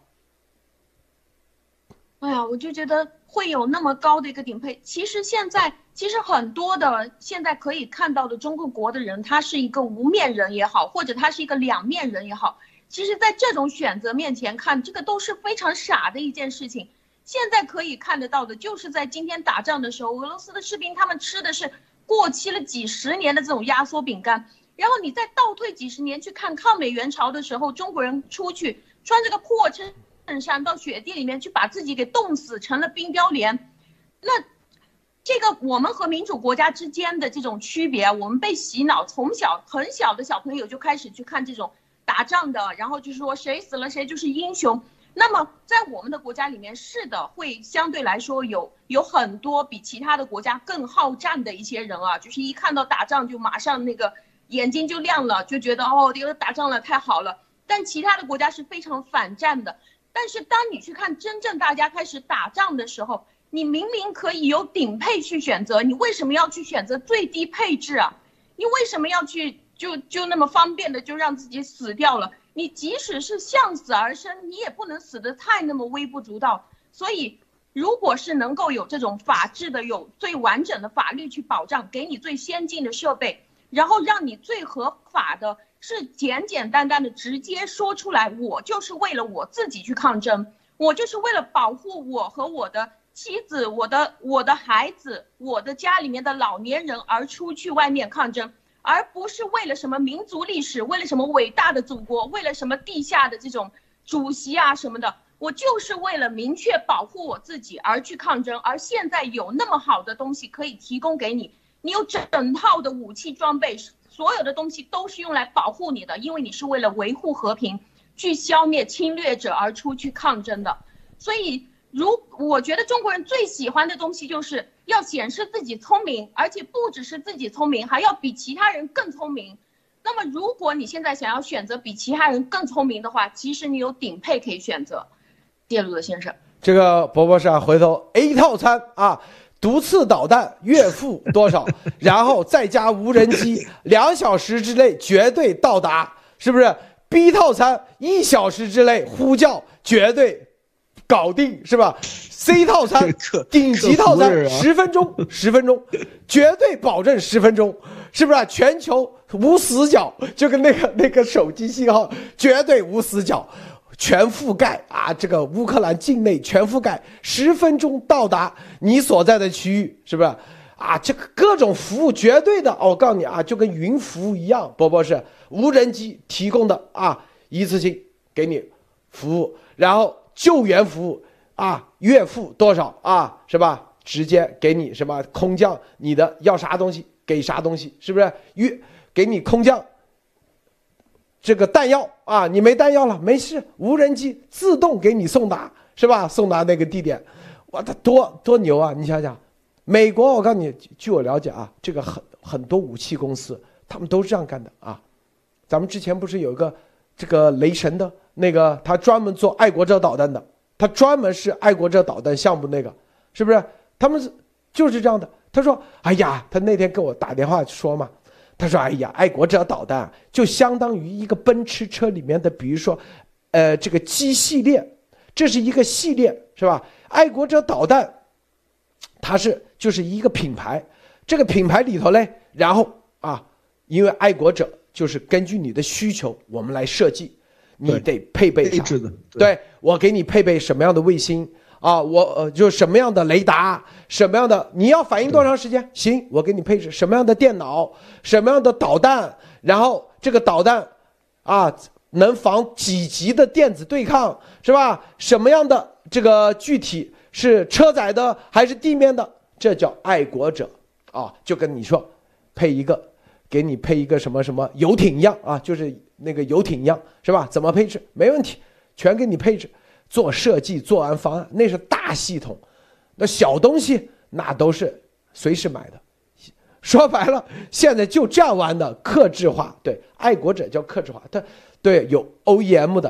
哎呀，我就觉得会有那么高的一个顶配。其实现在，其实很多的现在可以看到的中国国的人，他是一个无面人也好，或者他是一个两面人也好。其实，在这种选择面前看，这个都是非常傻的一件事情。现在可以看得到的，就是在今天打仗的时候，俄罗斯的士兵他们吃的是过期了几十年的这种压缩饼干。然后你再倒退几十年去看抗美援朝的时候，中国人出去穿这个破衬衫到雪地里面去把自己给冻死，成了冰雕连。那这个我们和民主国家之间的这种区别，我们被洗脑，从小很小的小朋友就开始去看这种打仗的，然后就是说谁死了谁就是英雄。那么在我们的国家里面，是的，会相对来说有有很多比其他的国家更好战的一些人啊，就是一看到打仗就马上那个眼睛就亮了，就觉得哦，这个打仗了太好了。但其他的国家是非常反战的。但是当你去看真正大家开始打仗的时候，你明明可以有顶配去选择，你为什么要去选择最低配置啊？你为什么要去就就那么方便的就让自己死掉了？你即使是向死而生，你也不能死得太那么微不足道。所以如果是能够有这种法治的，有最完整的法律去保障，给你最先进的设备，然后让你最合法的是简简单单的直接说出来，我就是为了我自己去抗争，我就是为了保护我和我的妻子，我的我的孩子，我的家里面的老年人而出去外面抗争，而不是为了什么民族历史，为了什么伟大的祖国，为了什么地下的这种主席啊什么的，我就是为了明确保护我自己而去抗争。而现在有那么好的东西可以提供给你，你有整套的武器装备，所有的东西都是用来保护你的，因为你是为了维护和平，去消灭侵略者而出去抗争的。所以如我觉得中国人最喜欢的东西就是要显示自己聪明，而且不只是自己聪明，还要比其他人更聪明。那么如果你现在想要选择比其他人更聪明的话，其实你有顶配可以选择。谢鲁的先生， 这个伯伯是啊，回头 A 套餐啊，毒刺导弹月付多少，然后再加无人机，两小时之内绝对到达，是不是 ？B 套餐一小时之内呼叫绝对搞定，是吧 ？C 套餐顶级套餐十分钟，十分钟，绝对保证十分钟，是不是、啊？全球无死角，就跟那个那个手机信号绝对无死角。全覆盖啊！这个乌克兰境内全覆盖，十分钟到达你所在的区域，是不是？啊，这个各种服务绝对的，哦、我告诉你啊，就跟云服务一样，波波是无人机提供的啊，一次性给你服务，然后救援服务啊，月付多少啊，是吧？直接给你什么空降，你的要啥东西给啥东西，是不是？月给你空降。这个弹药啊，你没弹药了，没事，无人机自动给你送达，是吧？送达那个地点，哇，它多多牛啊！你想想，美国，我告诉你，据我了解啊，这个很很多武器公司，他们都是这样干的啊。咱们之前不是有一个这个雷神的那个，他专门做爱国者导弹的，他专门是爱国者导弹项目那个，是不是？他们是就是这样的。他说，哎呀，他那天给我打电话说嘛。他说：“哎呀，爱国者导弹就相当于一个奔驰车里面的，比如说，呃，这个 G 系列，这是一个系列，是吧？爱国者导弹，它是就是一个品牌，这个品牌里头嘞，然后啊，因为爱国者就是根据你的需求，我们来设计，你得配备啥？ 对，对对我给你配备什么样的卫星？”啊，我呃，就什么样的雷达，什么样的你要反应多长时间？行，我给你配置什么样的电脑，什么样的导弹，然后这个导弹，啊，能防几级的电子对抗，是吧？什么样的这个具体是车载的还是地面的？这叫爱国者啊，就跟你说，配一个，给你配一个什么什么游艇一样啊，就是那个游艇一样，是吧？怎么配置？没问题，全给你配置。做设计做完方案那是大系统，那小东西那都是随时买的。说白了，现在就这样玩的，客制化。对，爱国者叫客制化，它对有 O E M 的，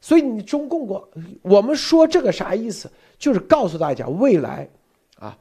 所以你中共国，我们说这个啥意思？就是告诉大家，未来啊，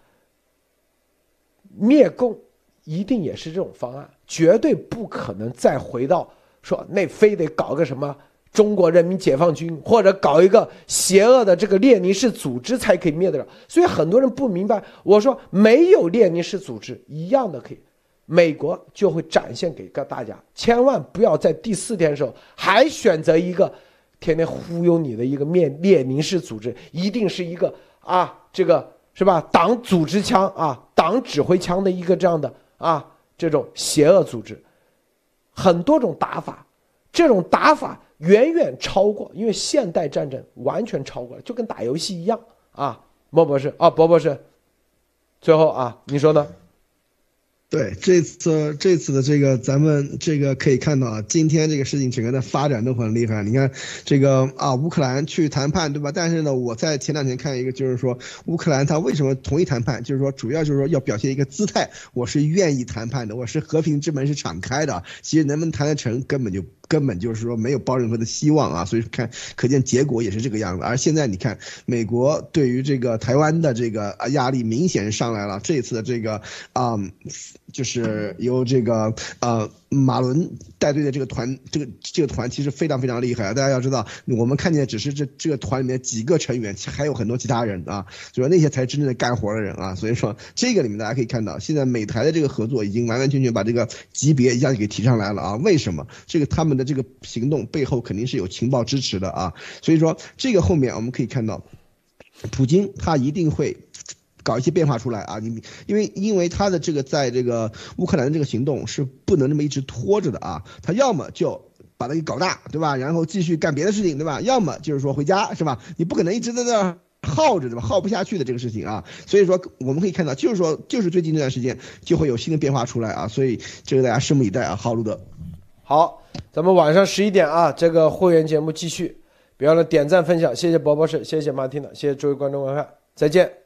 灭共一定也是这种方案，绝对不可能再回到说那非得搞个什么中国人民解放军，或者搞一个邪恶的这个列宁式组织才可以灭得了。所以很多人不明白，我说没有列宁式组织一样的可以。美国就会展现给大家，千万不要在第四天的时候还选择一个天天忽悠你的一个灭列宁式组织，一定是一个啊，这个是吧？党组织枪啊，党指挥枪的一个这样的啊，这种邪恶组织，很多种打法，这种打法远远超过，因为现代战争完全超过了，就跟打游戏一样啊。莫博士啊，博博士，最后啊，你说呢？ 对，这次这次的这个咱们这个可以看到啊，今天这个事情整个的发展都很厉害。你看这个啊，乌克兰去谈判，对吧？但是呢，我在前两天看一个，就是说乌克兰他为什么同意谈判，就是说主要就是说要表现一个姿态，我是愿意谈判的，我是和平之门是敞开的。其实能不能谈得成，根本就根本就是说没有抱任何的希望啊。所以看，可见结果也是这个样子。而现在你看，美国对于这个台湾的这个压力明显上来了。这次的这个啊。嗯就是由这个呃马伦带队的这个团，这个这个团其实非常非常厉害啊！大家要知道，我们看见只是这这个团里面几个成员，其实还有很多其他人啊，就说那些才是真正的干活的人啊。所以说这个里面大家可以看到，现在美台的这个合作已经完完全全把这个级别一下就给提上来了啊！为什么？这个他们的这个行动背后肯定是有情报支持的啊！所以说这个后面我们可以看到，普京他一定会搞一些变化出来啊！你因为因为他的这个在这个乌克兰的这个行动是不能这么一直拖着的啊，他要么就把它给搞大，对吧？然后继续干别的事情，对吧？要么就是说回家，是吧？你不可能一直在那儿耗着，对吧？耗不下去的这个事情啊，所以说我们可以看到，就是说就是最近这段时间就会有新的变化出来啊，所以这个大家拭目以待啊！好，路德， 好，咱们晚上十一点啊，这个会员节目继续，别忘了点赞分享，谢谢博博士，谢谢马丁的，谢谢诸位观众观看，再见。